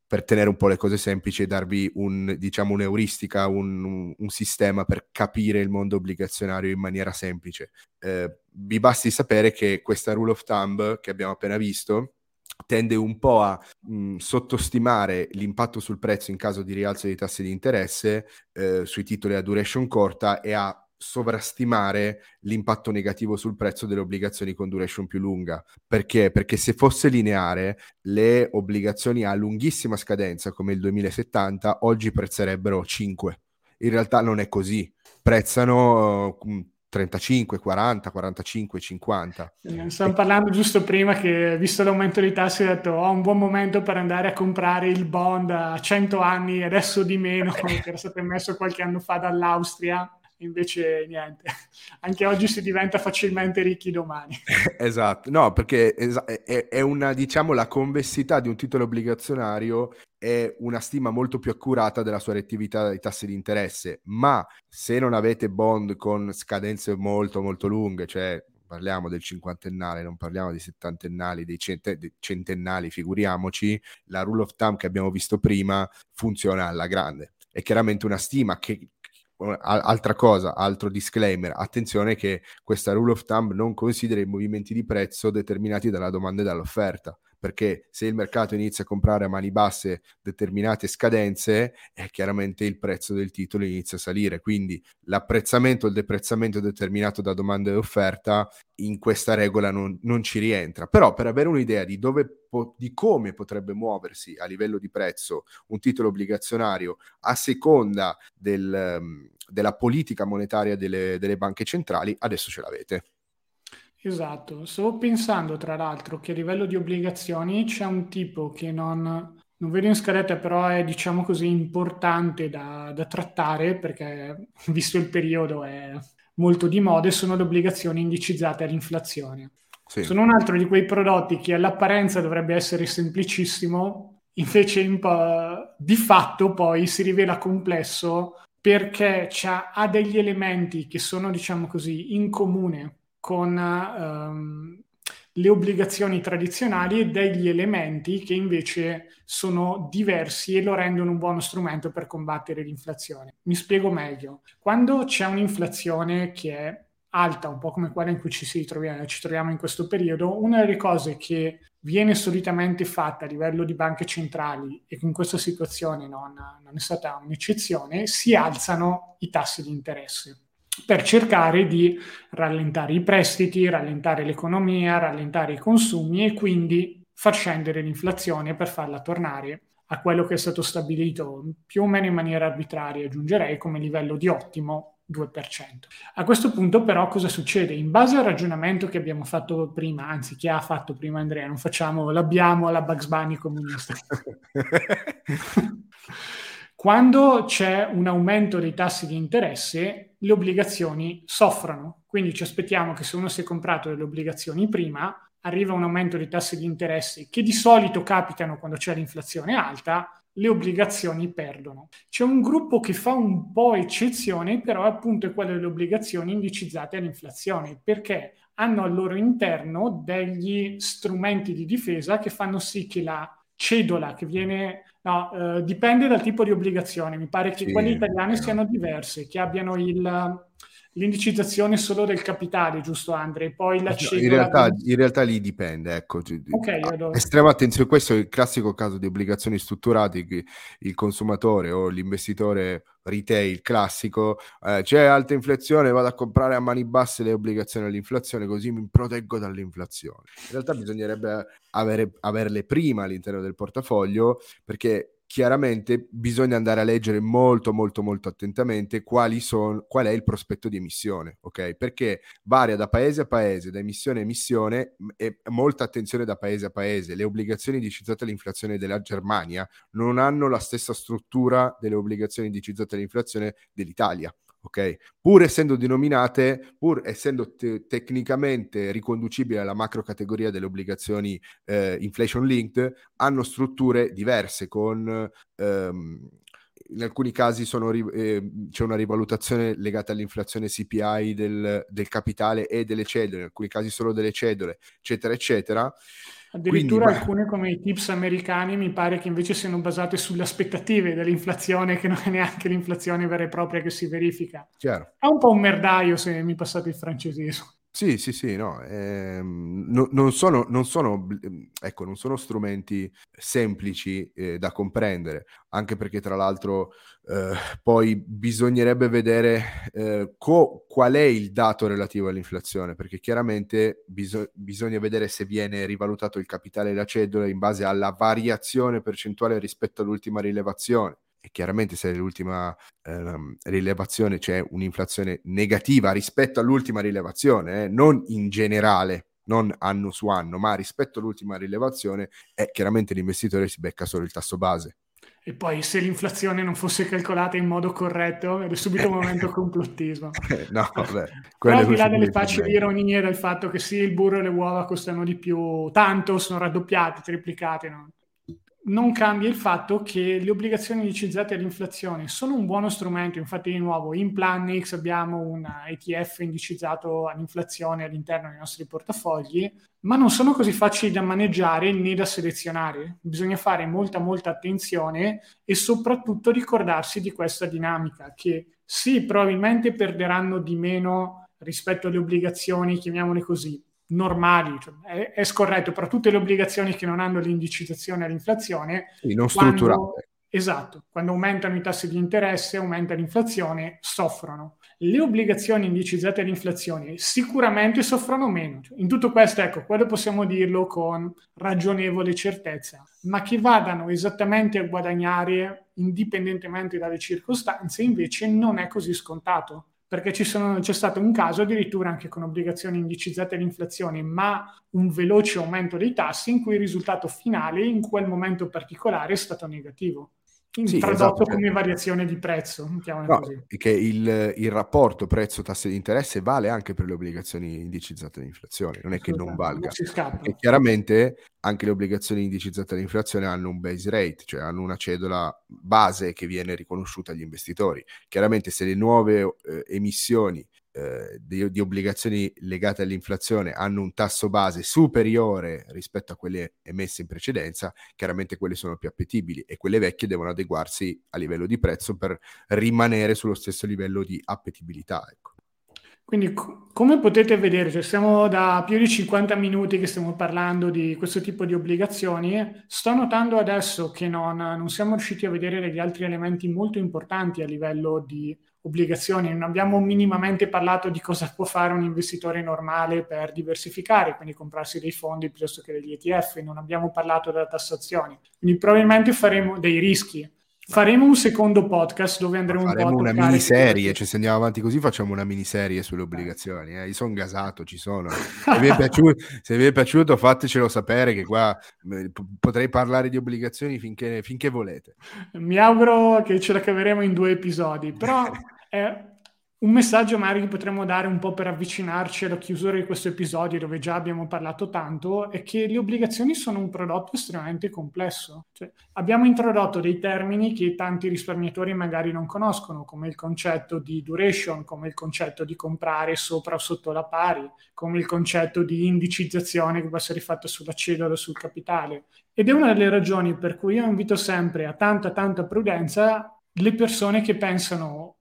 per tenere un po' le cose semplici e darvi un, diciamo, un'euristica, un, un, un sistema per capire il mondo obbligazionario in maniera semplice. Eh, vi basti sapere che questa rule of thumb che abbiamo appena visto tende un po' a mh, sottostimare l'impatto sul prezzo in caso di rialzo dei tassi di interesse eh, sui titoli a duration corta e a sovrastimare l'impatto negativo sul prezzo delle obbligazioni con duration più lunga. Perché? Perché se fosse lineare, le obbligazioni a lunghissima scadenza, come il duemilasettanta, oggi prezzerebbero cinque. In realtà non è così. Prezzano uh, trentacinque, quaranta, quarantacinque, cinquanta. Stavamo E... parlando giusto prima che, visto l'aumento dei tassi, ho detto ho un buon momento per andare a comprare il bond a cento anni, adesso di meno, che era stato emesso qualche anno fa dall'Austria. Invece niente, anche oggi si diventa facilmente ricchi domani. Esatto, no, perché es- è, è una, diciamo, la convessità di un titolo obbligazionario è una stima molto più accurata della sua rettività dei tassi di interesse, ma se non avete bond con scadenze molto molto lunghe, cioè parliamo del cinquantennale, non parliamo dei settantennali, dei, cent- dei centennali, figuriamoci, la rule of thumb che abbiamo visto prima funziona alla grande. È chiaramente una stima che altra cosa, altro disclaimer, attenzione che questa rule of thumb non considera i movimenti di prezzo determinati dalla domanda e dall'offerta, perché se il mercato inizia a comprare a mani basse determinate scadenze, eh, chiaramente il prezzo del titolo inizia a salire, quindi l'apprezzamento o il deprezzamento determinato da domanda e offerta in questa regola non, non ci rientra. Però per avere un'idea di dove po- di come potrebbe muoversi a livello di prezzo un titolo obbligazionario a seconda del, um, della politica monetaria delle, delle banche centrali, adesso ce l'avete. Esatto, stavo pensando tra l'altro che a livello di obbligazioni c'è un tipo che non, non vedo in scaletta, però è diciamo così importante da, da trattare perché visto il periodo è molto di moda e sono le obbligazioni indicizzate all'inflazione. Sì. Sono un altro di quei prodotti che all'apparenza dovrebbe essere semplicissimo, invece in po- di fatto poi si rivela complesso perché ha degli elementi che sono diciamo così in comune con ehm, le obbligazioni tradizionali e degli elementi che invece sono diversi e lo rendono un buono strumento per combattere l'inflazione. Mi spiego meglio. Quando c'è un'inflazione che è alta, un po' come quella in cui ci, si troviamo, ci troviamo in questo periodo, una delle cose che viene solitamente fatta a livello di banche centrali e che in questa situazione non, non è stata un'eccezione, si alzano i tassi di interesse per cercare di rallentare i prestiti, rallentare l'economia, rallentare i consumi e quindi far scendere l'inflazione per farla tornare a quello che è stato stabilito più o meno in maniera arbitraria, aggiungerei come livello di ottimo due per cento. A questo punto però cosa succede? In base al ragionamento che abbiamo fatto prima, anzi che ha fatto prima Andrea, non facciamo l'abbiamo alla Bugs Bunny comunista. Quando c'è un aumento dei tassi di interesse, le obbligazioni soffrono. Quindi ci aspettiamo che se uno si è comprato delle obbligazioni prima, arriva un aumento dei tassi di interesse che di solito capitano quando c'è l'inflazione alta, le obbligazioni perdono. C'è un gruppo che fa un po' eccezione, però appunto è quello delle obbligazioni indicizzate all'inflazione, perché hanno al loro interno degli strumenti di difesa che fanno sì che la cedola che viene... No, eh, dipende dal tipo di obbligazione. Mi pare che Sì, quelle italiane eh, siano diverse, che abbiano il, l'indicizzazione solo del capitale, giusto Andre? Poi la No, in cedola... realtà, in realtà lì dipende, ecco. Ok, allora... Estrema attenzione, questo è il classico caso di obbligazioni strutturate che il consumatore o l'investitore retail classico, eh, c'è alta inflazione, vado a comprare a mani basse le obbligazioni all'inflazione così mi proteggo dall'inflazione. In realtà bisognerebbe avere, averle prima all'interno del portafoglio, perché chiaramente bisogna andare a leggere molto molto molto attentamente quali sono, qual è il prospetto di emissione, ok? Perché varia da paese a paese, da emissione a emissione, e molta attenzione da paese a paese. Le obbligazioni indicizzate all'inflazione della Germania non hanno la stessa struttura delle obbligazioni indicizzate all'inflazione dell'Italia. Ok, pur essendo denominate, pur essendo te- tecnicamente riconducibili alla macro categoria delle obbligazioni eh, inflation linked, hanno strutture diverse con ehm, in alcuni casi sono, eh, c'è una rivalutazione legata all'inflazione C P I del, del capitale e delle cedole, in alcuni casi solo delle cedole, eccetera, eccetera. Addirittura Quindi, alcune come i tips americani mi pare che invece siano basate sulle aspettative dell'inflazione, che non è neanche l'inflazione vera e propria che si verifica. chiaro. È un po' un merdaio, se mi passate il francesismo. Sì, sì, sì, no, ehm, no- non sono, non sono, ecco, non sono strumenti semplici eh, da comprendere, anche perché tra l'altro eh, poi bisognerebbe vedere eh, co- qual è il dato relativo all'inflazione, perché chiaramente biso- bisogna vedere se viene rivalutato il capitale e la cedola in base alla variazione percentuale rispetto all'ultima rilevazione. E chiaramente se l'ultima ehm, rilevazione c'è un'inflazione negativa rispetto all'ultima rilevazione, eh, non in generale, non anno su anno, ma rispetto all'ultima rilevazione, eh, chiaramente l'investitore si becca solo il tasso base. E poi se l'inflazione non fosse calcolata in modo corretto, ed è subito un momento complottismo. No, vabbè, Però quello al è di là uscito delle dai facili commenti. ironie del fatto che sì, il burro e le uova costano di più, tanto sono raddoppiate, triplicate, no? Non cambia il fatto che le obbligazioni indicizzate all'inflazione sono un buono strumento. Infatti, di nuovo, in Planix abbiamo un E T F indicizzato all'inflazione all'interno dei nostri portafogli, ma non sono così facili da maneggiare né da selezionare. Bisogna fare molta, molta attenzione e soprattutto ricordarsi di questa dinamica, che sì, probabilmente perderanno di meno rispetto alle obbligazioni, chiamiamole così, normali, cioè è, è scorretto, però tutte le obbligazioni che non hanno l'indicizzazione all'inflazione, Sì, non quando, strutturate. esatto, quando aumentano i tassi di interesse, aumenta l'inflazione, soffrono. Le obbligazioni indicizzate all'inflazione sicuramente soffrono meno. Cioè, in tutto questo, ecco, quello possiamo dirlo con ragionevole certezza, ma che vadano esattamente a guadagnare indipendentemente dalle circostanze, invece non è così scontato. Perché ci sono, c'è stato un caso addirittura anche con obbligazioni indicizzate all'inflazione, ma un veloce aumento dei tassi in cui il risultato finale in quel momento particolare è stato negativo, in- Sì, esatto, tradotto cioè, come variazione di prezzo, mettiamola no, così. che il, il rapporto prezzo-tasse di interesse vale anche per le obbligazioni indicizzate all'inflazione, non è che non Assolutamente, non valga, si perché scappa. chiaramente anche le obbligazioni indicizzate all'inflazione hanno un base rate, cioè hanno una cedola base che viene riconosciuta agli investitori. Chiaramente se le nuove eh, emissioni eh, di, di obbligazioni legate all'inflazione hanno un tasso base superiore rispetto a quelle emesse in precedenza, chiaramente quelle sono più appetibili e quelle vecchie devono adeguarsi a livello di prezzo per rimanere sullo stesso livello di appetibilità. Ecco. Quindi, co- come potete vedere, cioè siamo da più di cinquanta minuti che stiamo parlando di questo tipo di obbligazioni. Sto notando adesso che non, non siamo riusciti a vedere degli altri elementi molto importanti a livello di obbligazioni. Non abbiamo minimamente parlato di cosa può fare un investitore normale per diversificare, quindi comprarsi dei fondi piuttosto che degli E T F. Non abbiamo parlato della tassazione. Quindi probabilmente faremo dei rischi. Ma, Faremo un secondo podcast dove ma andremo un po' a faremo una toccare tutti miniserie, questi. cioè se andiamo avanti così facciamo una miniserie sulle Eh. obbligazioni. Eh. Io sono gasato, ci sono. Se vi è piaciuto, se vi è piaciuto fatecelo sapere che qua eh, p- potrei parlare di obbligazioni finché, finché volete. Mi auguro che ce la caveremo in due episodi, però è un messaggio magari che potremmo dare un po' per avvicinarci alla chiusura di questo episodio dove già abbiamo parlato tanto, è che le obbligazioni sono un prodotto estremamente complesso. Cioè, abbiamo introdotto dei termini che tanti risparmiatori magari non conoscono, come il concetto di duration, come il concetto di comprare sopra o sotto la pari, come il concetto di indicizzazione che può essere fatta sulla cedola o sul capitale. Ed è una delle ragioni per cui io invito sempre a tanta, tanta prudenza le persone che pensano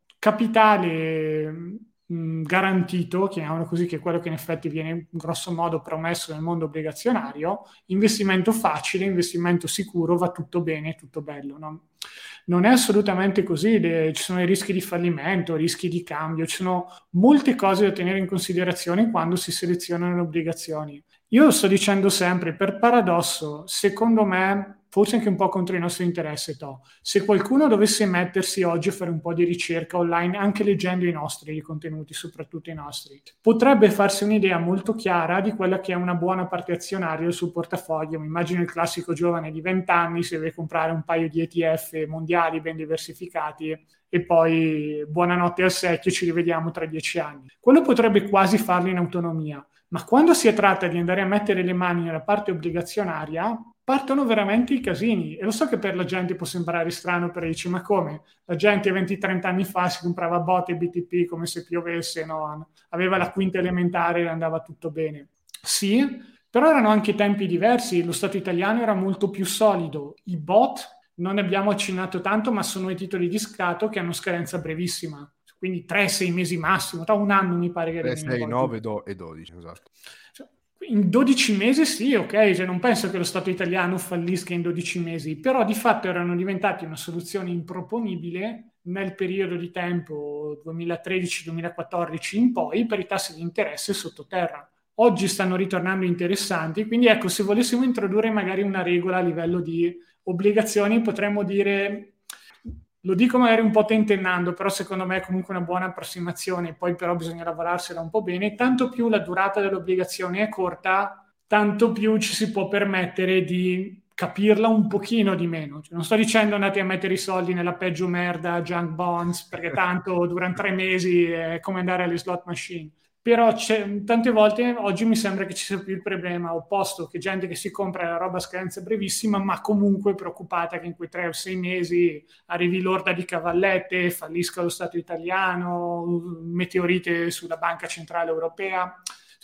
capitale mh, garantito, chiamiamolo così, che è quello che in effetti viene in grosso modo promesso nel mondo obbligazionario, investimento facile, investimento sicuro, va tutto bene, tutto bello. No? Non è assolutamente così, le, ci sono i rischi di fallimento, rischi di cambio, ci sono molte cose da tenere in considerazione quando si selezionano le obbligazioni. Io lo sto dicendo sempre, per paradosso, secondo me, forse anche un po' contro i nostri interessi, to, se qualcuno dovesse mettersi oggi a fare un po' di ricerca online, anche leggendo i nostri contenuti, soprattutto i nostri, potrebbe farsi un'idea molto chiara di quella che è una buona parte azionaria sul portafoglio. Mi immagino il classico giovane di venti anni, se deve comprare un paio di E T F mondiali ben diversificati e poi buonanotte al secchio, ci rivediamo tra dieci anni. Quello potrebbe quasi farlo in autonomia. Ma quando si tratta di andare a mettere le mani nella parte obbligazionaria, partono veramente i casini. E lo so che per la gente può sembrare strano, per dici, ma come? La gente venti trenta anni fa si comprava botte e B T P come se piovesse, no? Aveva la quinta elementare e andava tutto bene. Sì, però erano anche tempi diversi. Lo Stato italiano era molto più solido. I bot non ne abbiamo accennato tanto, ma sono i titoli di scatto che hanno scadenza brevissima. Quindi tre sei mesi massimo, tra un anno mi pare che tre, arrivino i sei, bot. nove e dodici, esatto. Cioè, in dodici mesi sì, ok, cioè non penso che lo Stato italiano fallisca in dodici mesi, però di fatto erano diventati una soluzione improponibile nel periodo di tempo duemilatredici duemilaquattordici in poi per i tassi di interesse sottoterra. Oggi stanno ritornando interessanti, quindi ecco, se volessimo introdurre magari una regola a livello di obbligazioni, potremmo dire, lo dico magari un po' tentennando, però secondo me è comunque una buona approssimazione, poi però bisogna lavorarsela un po' bene, tanto più la durata dell'obbligazione è corta, tanto più ci si può permettere di capirla un pochino di meno. Cioè, non sto dicendo andate a mettere i soldi nella peggio merda, junk bonds, perché tanto durano tre mesi è come andare alle slot machine. Però tante volte oggi mi sembra che ci sia più il problema opposto, che gente che si compra la roba a scadenza brevissima, ma comunque preoccupata che in quei tre o sei mesi arrivi l'orda di cavallette, fallisca lo Stato italiano, meteorite sulla Banca Centrale Europea.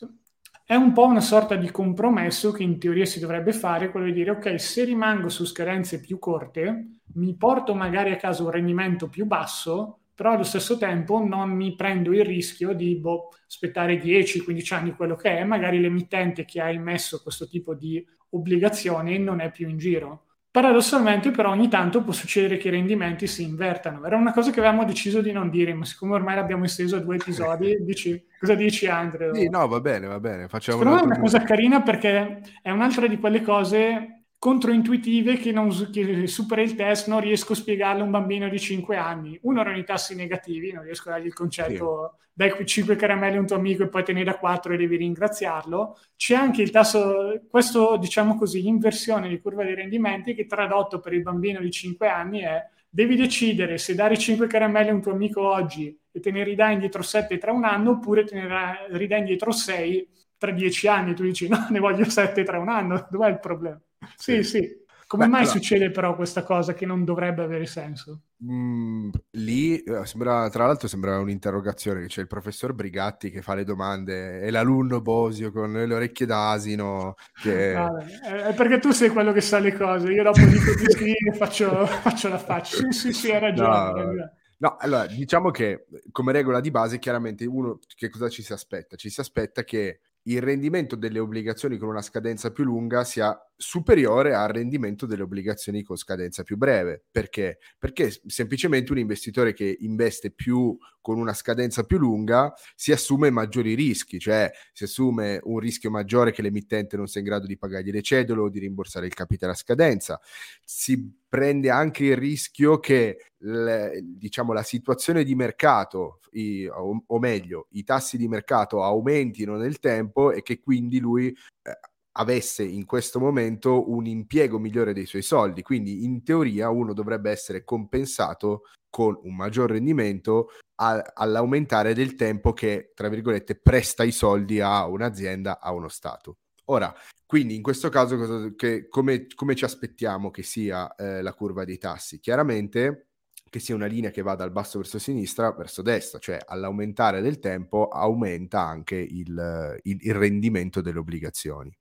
È un po' una sorta di compromesso che in teoria si dovrebbe fare, quello di dire ok, se rimango su scadenze più corte, mi porto magari a casa un rendimento più basso, però allo stesso tempo non mi prendo il rischio di boh, aspettare dieci quindici anni quello che è, magari l'emittente che ha emesso questo tipo di obbligazioni non è più in giro. Paradossalmente però ogni tanto può succedere che i rendimenti si invertano. Era una cosa che avevamo deciso di non dire, ma siccome ormai l'abbiamo esteso a due episodi, dici, cosa dici Andrea? Sì, no, va bene, va bene, facciamo un Secondo me è altro una punto. cosa carina perché è un'altra di quelle cose controintuitive che, non, che supera il test, non riesco a spiegarle a un bambino di cinque anni. Uno erano i tassi negativi, non riesco a dargli il concetto sì. Dai cinque caramelle a un tuo amico e poi te ne dà quattro e devi ringraziarlo. C'è anche il tasso, questo diciamo così, inversione di curva dei rendimenti che tradotto per il bambino di cinque anni è devi decidere se dare cinque caramelle a un tuo amico oggi e te ne ridai indietro sette tra un anno oppure te ne ridai indietro sei tra dieci anni. Tu dici no, ne voglio sette tra un anno, dov'è il problema? Sì, sì. sì. Come Beh, mai allora, succede però questa cosa che non dovrebbe avere senso? Mh, lì sembra, tra l'altro sembra un'interrogazione, che c'è il professor Brigatti che fa le domande e l'alunno Bosio con le orecchie d'asino che... Vabbè, è perché tu sei quello che sa le cose, io dopo dico di sì e faccio, faccio la faccia. Sì, sì, sì, hai ragione, no, hai ragione. No, allora, diciamo che come regola di base, chiaramente uno che cosa ci si aspetta? Ci si aspetta che il rendimento delle obbligazioni con una scadenza più lunga sia superiore al rendimento delle obbligazioni con scadenza più breve. Perché? Perché semplicemente un investitore che investe più con una scadenza più lunga si assume maggiori rischi, cioè si assume un rischio maggiore che l'emittente non sia in grado di pagargli le cedole o di rimborsare il capitale a scadenza. Si prende anche il rischio che le, diciamo la situazione di mercato i, o, o meglio i tassi di mercato aumentino nel tempo e che quindi lui eh, avesse in questo momento un impiego migliore dei suoi soldi, quindi in teoria uno dovrebbe essere compensato con un maggior rendimento a, all'aumentare del tempo che tra virgolette presta i soldi a un'azienda, a uno stato. Ora, quindi in questo caso cosa, che, come, come ci aspettiamo che sia eh, la curva dei tassi? Chiaramente che sia una linea che va dal basso verso sinistra verso destra, cioè all'aumentare del tempo aumenta anche il, il, il rendimento delle obbligazioni.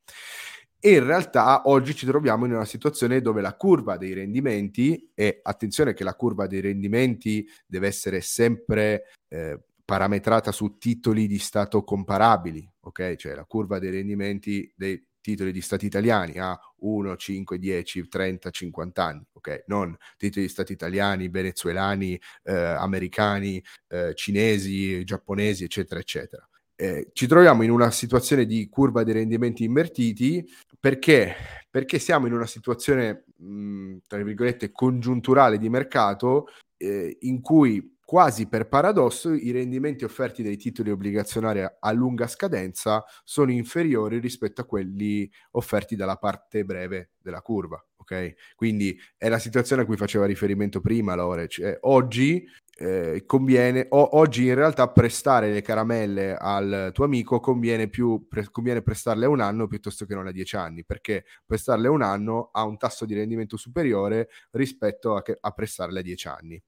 E in realtà oggi ci troviamo in una situazione dove la curva dei rendimenti, e attenzione che la curva dei rendimenti deve essere sempre eh, parametrata su titoli di Stato comparabili, ok? Cioè la curva dei rendimenti dei titoli di Stati italiani a uno, cinque, dieci, trenta, cinquanta anni, ok? Non titoli di Stati italiani, venezuelani, eh, americani, eh, cinesi, giapponesi, eccetera, eccetera. Eh, ci troviamo in una situazione di curva dei rendimenti invertiti perché, perché siamo in una situazione, mh, tra virgolette, congiunturale di mercato eh, in cui quasi per paradosso i rendimenti offerti dai titoli obbligazionari a lunga scadenza sono inferiori rispetto a quelli offerti dalla parte breve della curva, ok? Quindi è la situazione a cui faceva riferimento prima Lore, cioè, oggi eh, conviene, o, oggi in realtà prestare le caramelle al tuo amico conviene più, pre, conviene prestarle a un anno piuttosto che non a dieci anni, perché prestarle a un anno ha un tasso di rendimento superiore rispetto a, che, a prestarle a dieci anni.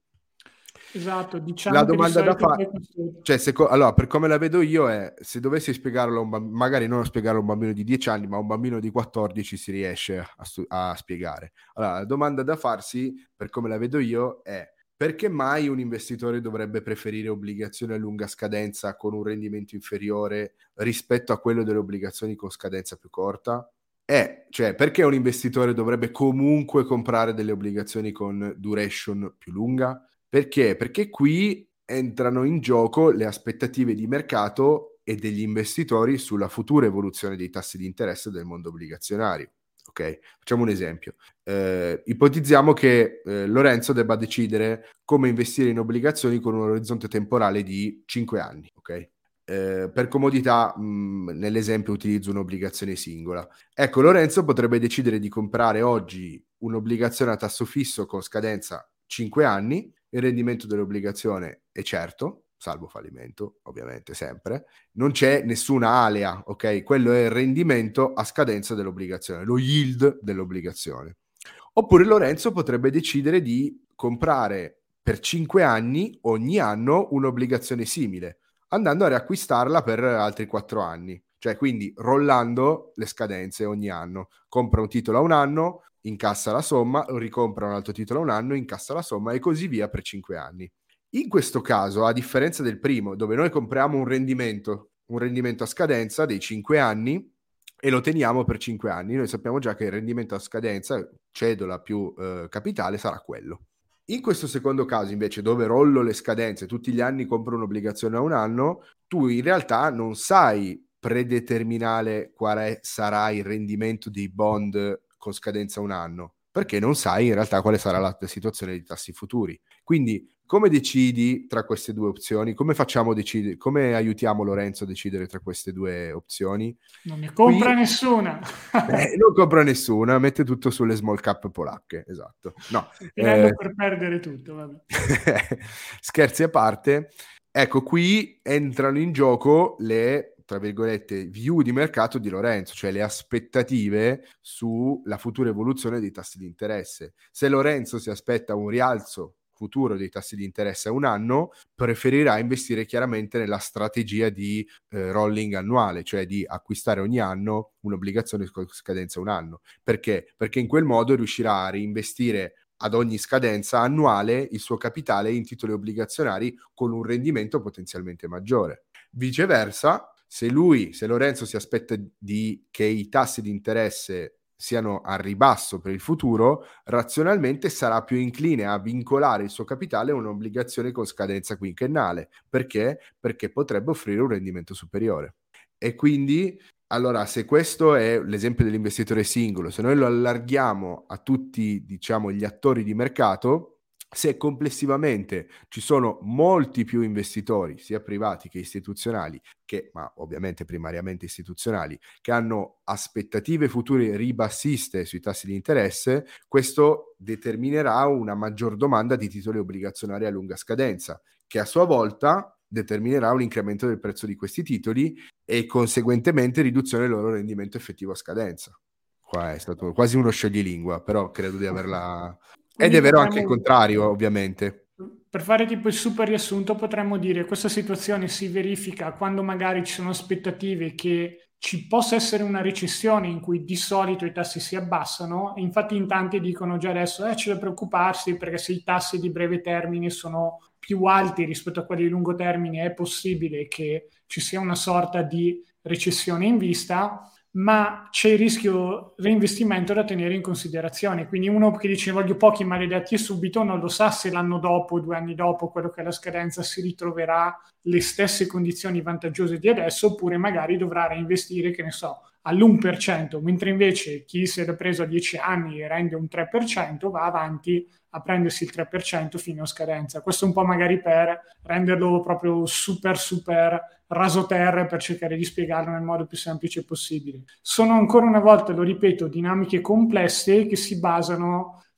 Esatto, diciamo la che di domanda da solito fare, questo... cioè, se, allora, per come la vedo io è, se dovessi spiegarlo a un bambino, magari non spiegarlo a un bambino di dieci anni, ma a un bambino di quattordici si riesce a, stu- a spiegare. Allora, la domanda da farsi, per come la vedo io, è: perché mai un investitore dovrebbe preferire obbligazioni a lunga scadenza con un rendimento inferiore rispetto a quello delle obbligazioni con scadenza più corta? È, cioè, perché un investitore dovrebbe comunque comprare delle obbligazioni con duration più lunga? Perché? Perché qui entrano in gioco le aspettative di mercato e degli investitori sulla futura evoluzione dei tassi di interesse del mondo obbligazionario. Ok? Facciamo un esempio. Eh, ipotizziamo che eh, Lorenzo debba decidere come investire in obbligazioni con un orizzonte temporale di cinque anni. Ok? Eh, per comodità, mh, nell'esempio utilizzo un'obbligazione singola. Ecco, Lorenzo potrebbe decidere di comprare oggi un'obbligazione a tasso fisso con scadenza cinque anni. Il rendimento dell'obbligazione è certo, salvo fallimento, ovviamente sempre. Non c'è nessuna alea, ok? Quello è il rendimento a scadenza dell'obbligazione, lo yield dell'obbligazione. Oppure Lorenzo potrebbe decidere di comprare per cinque anni ogni anno un'obbligazione simile, andando a riacquistarla per altri quattro anni. Cioè, quindi rollando le scadenze ogni anno. Compra un titolo a un anno, incassa la somma, ricompra un altro titolo a un anno, incassa la somma e così via per cinque anni. In questo caso, a differenza del primo, dove noi compriamo un rendimento, un rendimento a scadenza dei cinque anni e lo teniamo per cinque anni, noi sappiamo già che il rendimento a scadenza, cedola più eh, capitale, sarà quello. In questo secondo caso, invece, dove rollo le scadenze, tutti gli anni compro un'obbligazione a un anno, tu in realtà non sai predeterminare quale sarà il rendimento dei bond con scadenza un anno, perché non sai in realtà quale sarà la situazione dei tassi futuri. Quindi, come decidi tra queste due opzioni? Come facciamo a decidere? Come aiutiamo Lorenzo a decidere tra queste due opzioni? Non ne compra Qui, nessuna. eh, non compra nessuna, mette tutto sulle small cap polacche, esatto. No, Finendo eh, per perdere tutto, vabbè. Scherzi a parte, ecco, qui entrano in gioco le, tra virgolette, view di mercato di Lorenzo, cioè le aspettative sulla futura evoluzione dei tassi di interesse. Se Lorenzo si aspetta un rialzo futuro dei tassi di interesse a un anno, preferirà investire chiaramente nella strategia di eh, rolling annuale, cioè di acquistare ogni anno un'obbligazione con scadenza un anno. Perché? Perché in quel modo riuscirà a reinvestire ad ogni scadenza annuale il suo capitale in titoli obbligazionari con un rendimento potenzialmente maggiore. Viceversa, se lui, se Lorenzo si aspetta di, che i tassi di interesse siano a ribasso per il futuro, razionalmente sarà più incline a vincolare il suo capitale a un'obbligazione con scadenza quinquennale. Perché? Perché potrebbe offrire un rendimento superiore. E quindi, allora, se questo è l'esempio dell'investitore singolo, se noi lo allarghiamo a tutti, diciamo, gli attori di mercato, se complessivamente ci sono molti più investitori, sia privati che istituzionali, che, ma ovviamente primariamente istituzionali, che hanno aspettative future ribassiste sui tassi di interesse, questo determinerà una maggior domanda di titoli obbligazionari a lunga scadenza, che a sua volta determinerà un incremento del prezzo di questi titoli e conseguentemente riduzione del loro rendimento effettivo a scadenza. Qua è stato quasi uno scioglilingua, però credo di averla... Ed Quindi è vero anche il potremmo, contrario, ovviamente. per fare tipo il super riassunto, potremmo dire che questa situazione si verifica quando magari ci sono aspettative che ci possa essere una recessione in cui di solito i tassi si abbassano, e infatti in tanti dicono già adesso eh, c'è da preoccuparsi perché se i tassi di breve termine sono più alti rispetto a quelli di lungo termine è possibile che ci sia una sorta di recessione in vista, ma c'è il rischio reinvestimento da tenere in considerazione. Quindi uno che dice voglio pochi maledetti e subito non lo sa se l'anno dopo, due anni dopo, quello che è la scadenza, si ritroverà le stesse condizioni vantaggiose di adesso, oppure magari dovrà reinvestire, che ne so, all'uno per cento, mentre invece chi si era preso a dieci anni e rende un tre per cento va avanti a prendersi il tre per cento fino a scadenza. Questo un po' magari per renderlo proprio super super rasoterra, per cercare di spiegarlo nel modo più semplice possibile. Sono ancora una volta, lo ripeto, dinamiche complesse che si basano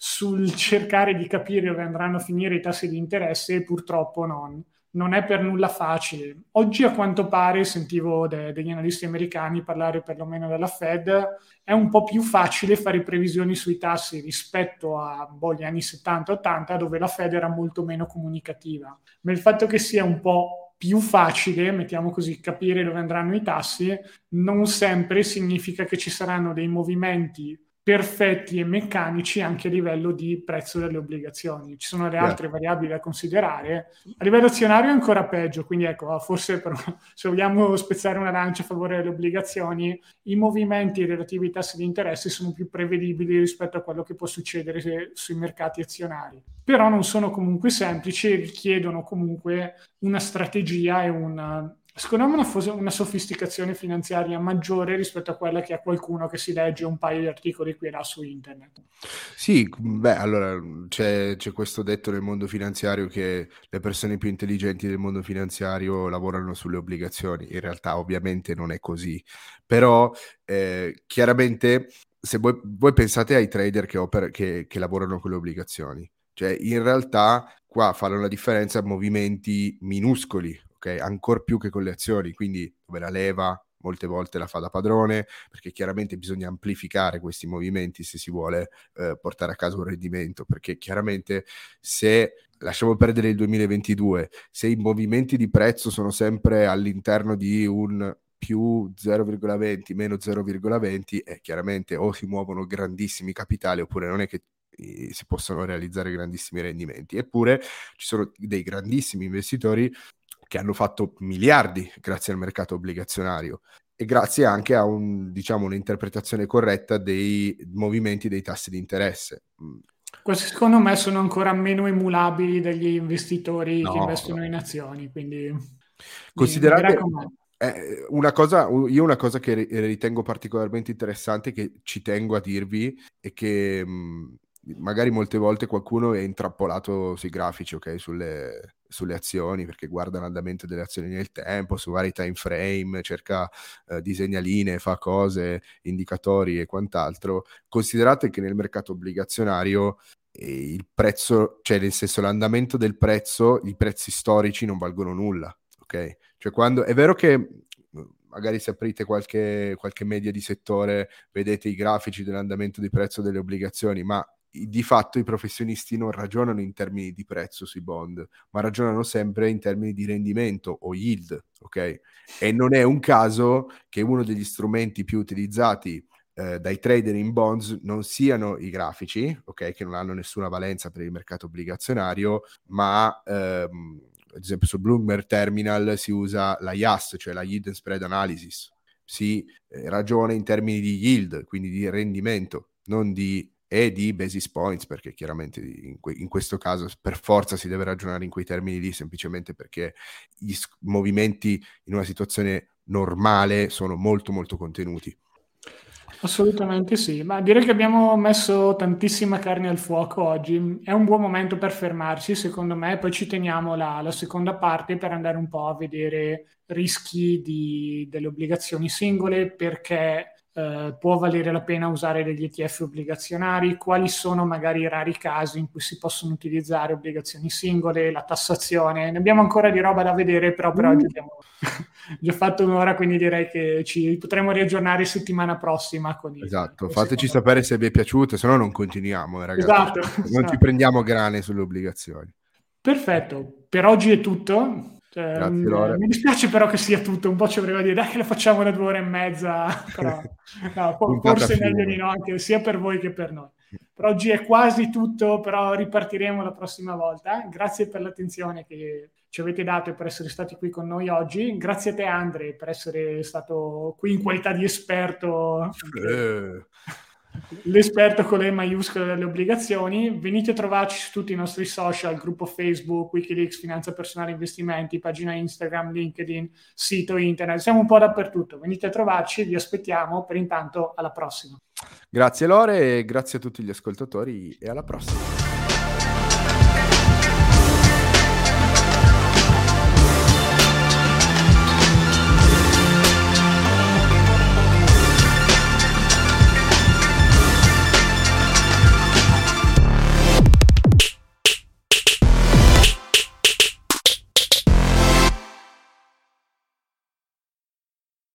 sul cercare di capire dove andranno a finire i tassi di interesse, e purtroppo non. Non è per nulla facile. Oggi, a quanto pare, sentivo de- degli analisti americani parlare perlomeno della Fed, è un po' più facile fare previsioni sui tassi rispetto a boh, gli anni settanta ottanta, dove la Fed era molto meno comunicativa. Ma il fatto che sia un po' più facile, mettiamo così, capire dove andranno i tassi, non sempre significa che ci saranno dei movimenti perfetti e meccanici anche a livello di prezzo delle obbligazioni. Ci sono le altre yeah. variabili da considerare. A livello azionario è ancora peggio, quindi ecco, forse però, se vogliamo spezzare una lancia a favore delle obbligazioni, i movimenti relativi ai tassi di interesse sono più prevedibili rispetto a quello che può succedere se, sui mercati azionari. Però non sono comunque semplici e richiedono comunque una strategia e una... Secondo me una, una sofisticazione finanziaria maggiore rispetto a quella che ha qualcuno che si legge un paio di articoli qui e là su internet. Sì, beh, allora c'è, c'è questo detto nel mondo finanziario che le persone più intelligenti del mondo finanziario lavorano sulle obbligazioni. In realtà ovviamente non è così, però eh, chiaramente se voi, voi pensate ai trader che, oper- che, che lavorano con le obbligazioni, cioè in realtà qua fanno la differenza movimenti minuscoli, ok? Ancor più che con le azioni, quindi dove la leva molte volte la fa da padrone, perché chiaramente bisogna amplificare questi movimenti se si vuole eh, portare a casa un rendimento, perché chiaramente se, lasciamo perdere il duemilaventidue, se i movimenti di prezzo sono sempre all'interno di un più zero virgola venti, meno zero virgola venti, eh, chiaramente o si muovono grandissimi capitali oppure non è che si possono realizzare grandissimi rendimenti. Eppure ci sono dei grandissimi investitori che hanno fatto miliardi grazie al mercato obbligazionario e grazie anche a un, diciamo, un'interpretazione corretta dei movimenti dei tassi di interesse. Questi secondo me sono ancora meno emulabili degli investitori no, che investono no. in azioni, quindi considerate eh, una cosa, io una cosa che ritengo particolarmente interessante, che ci tengo a dirvi, è che mh, magari molte volte qualcuno è intrappolato sui grafici, ok, sulle, sulle azioni, perché guarda l'andamento delle azioni nel tempo, su vari time frame, cerca, eh, disegna linee, fa cose, indicatori e quant'altro. Considerate che nel mercato obbligazionario eh, il prezzo, cioè nel senso l'andamento del prezzo, i prezzi storici non valgono nulla, ok? Cioè quando, è vero che magari se aprite qualche, qualche media di settore vedete i grafici dell'andamento di prezzo delle obbligazioni, ma di fatto i professionisti non ragionano in termini di prezzo sui bond, ma ragionano sempre in termini di rendimento o yield, ok? E non è un caso che uno degli strumenti più utilizzati eh, dai trader in bonds non siano i grafici, ok? Che non hanno nessuna valenza per il mercato obbligazionario, ma ehm, ad esempio su Bloomberg Terminal si usa la Y A S, cioè la Yield and Spread Analysis. Si eh, ragiona in termini di yield, quindi di rendimento, non di e di basis points, perché chiaramente in, que- in questo caso per forza si deve ragionare in quei termini lì, semplicemente perché gli s- movimenti in una situazione normale sono molto molto contenuti. Assolutamente sì, ma direi che abbiamo messo tantissima carne al fuoco oggi. È un buon momento per fermarsi, secondo me, poi ci teniamo la, la seconda parte per andare un po' a vedere rischi di, delle obbligazioni singole, perché eh, può valere la pena usare degli E T F obbligazionari, quali sono magari i rari casi in cui si possono utilizzare obbligazioni singole, la tassazione. Ne abbiamo ancora di roba da vedere, però per mm. oggi abbiamo già fatto un'ora, quindi direi che ci potremo riaggiornare settimana prossima con il, esatto, con fateci sapere parte. Se vi è piaciuto, se no non continuiamo, eh, ragazzi. Esatto. Non ci prendiamo grane sulle obbligazioni. Perfetto, per oggi è tutto. Cioè, Grazie, mh, Lore. mi dispiace però che sia tutto, un po' ci avrei da dire, dai che lo facciamo una due ore e mezza, però no, forse meglio di no, anche sia per voi che per noi. Per oggi è quasi tutto, però ripartiremo la prossima volta. Grazie per l'attenzione che ci avete dato e per essere stati qui con noi oggi. Grazie a te, Andre, per essere stato qui in qualità di esperto. Anche... Eh. L'esperto con le maiuscole delle obbligazioni. Venite a trovarci su tutti i nostri social, gruppo Facebook, Wikileaks, Finanza Personale Investimenti, pagina Instagram, LinkedIn, sito internet, siamo un po' dappertutto. Venite a trovarci, vi aspettiamo. Per intanto, alla prossima. Grazie Lore e grazie a tutti gli ascoltatori e alla prossima.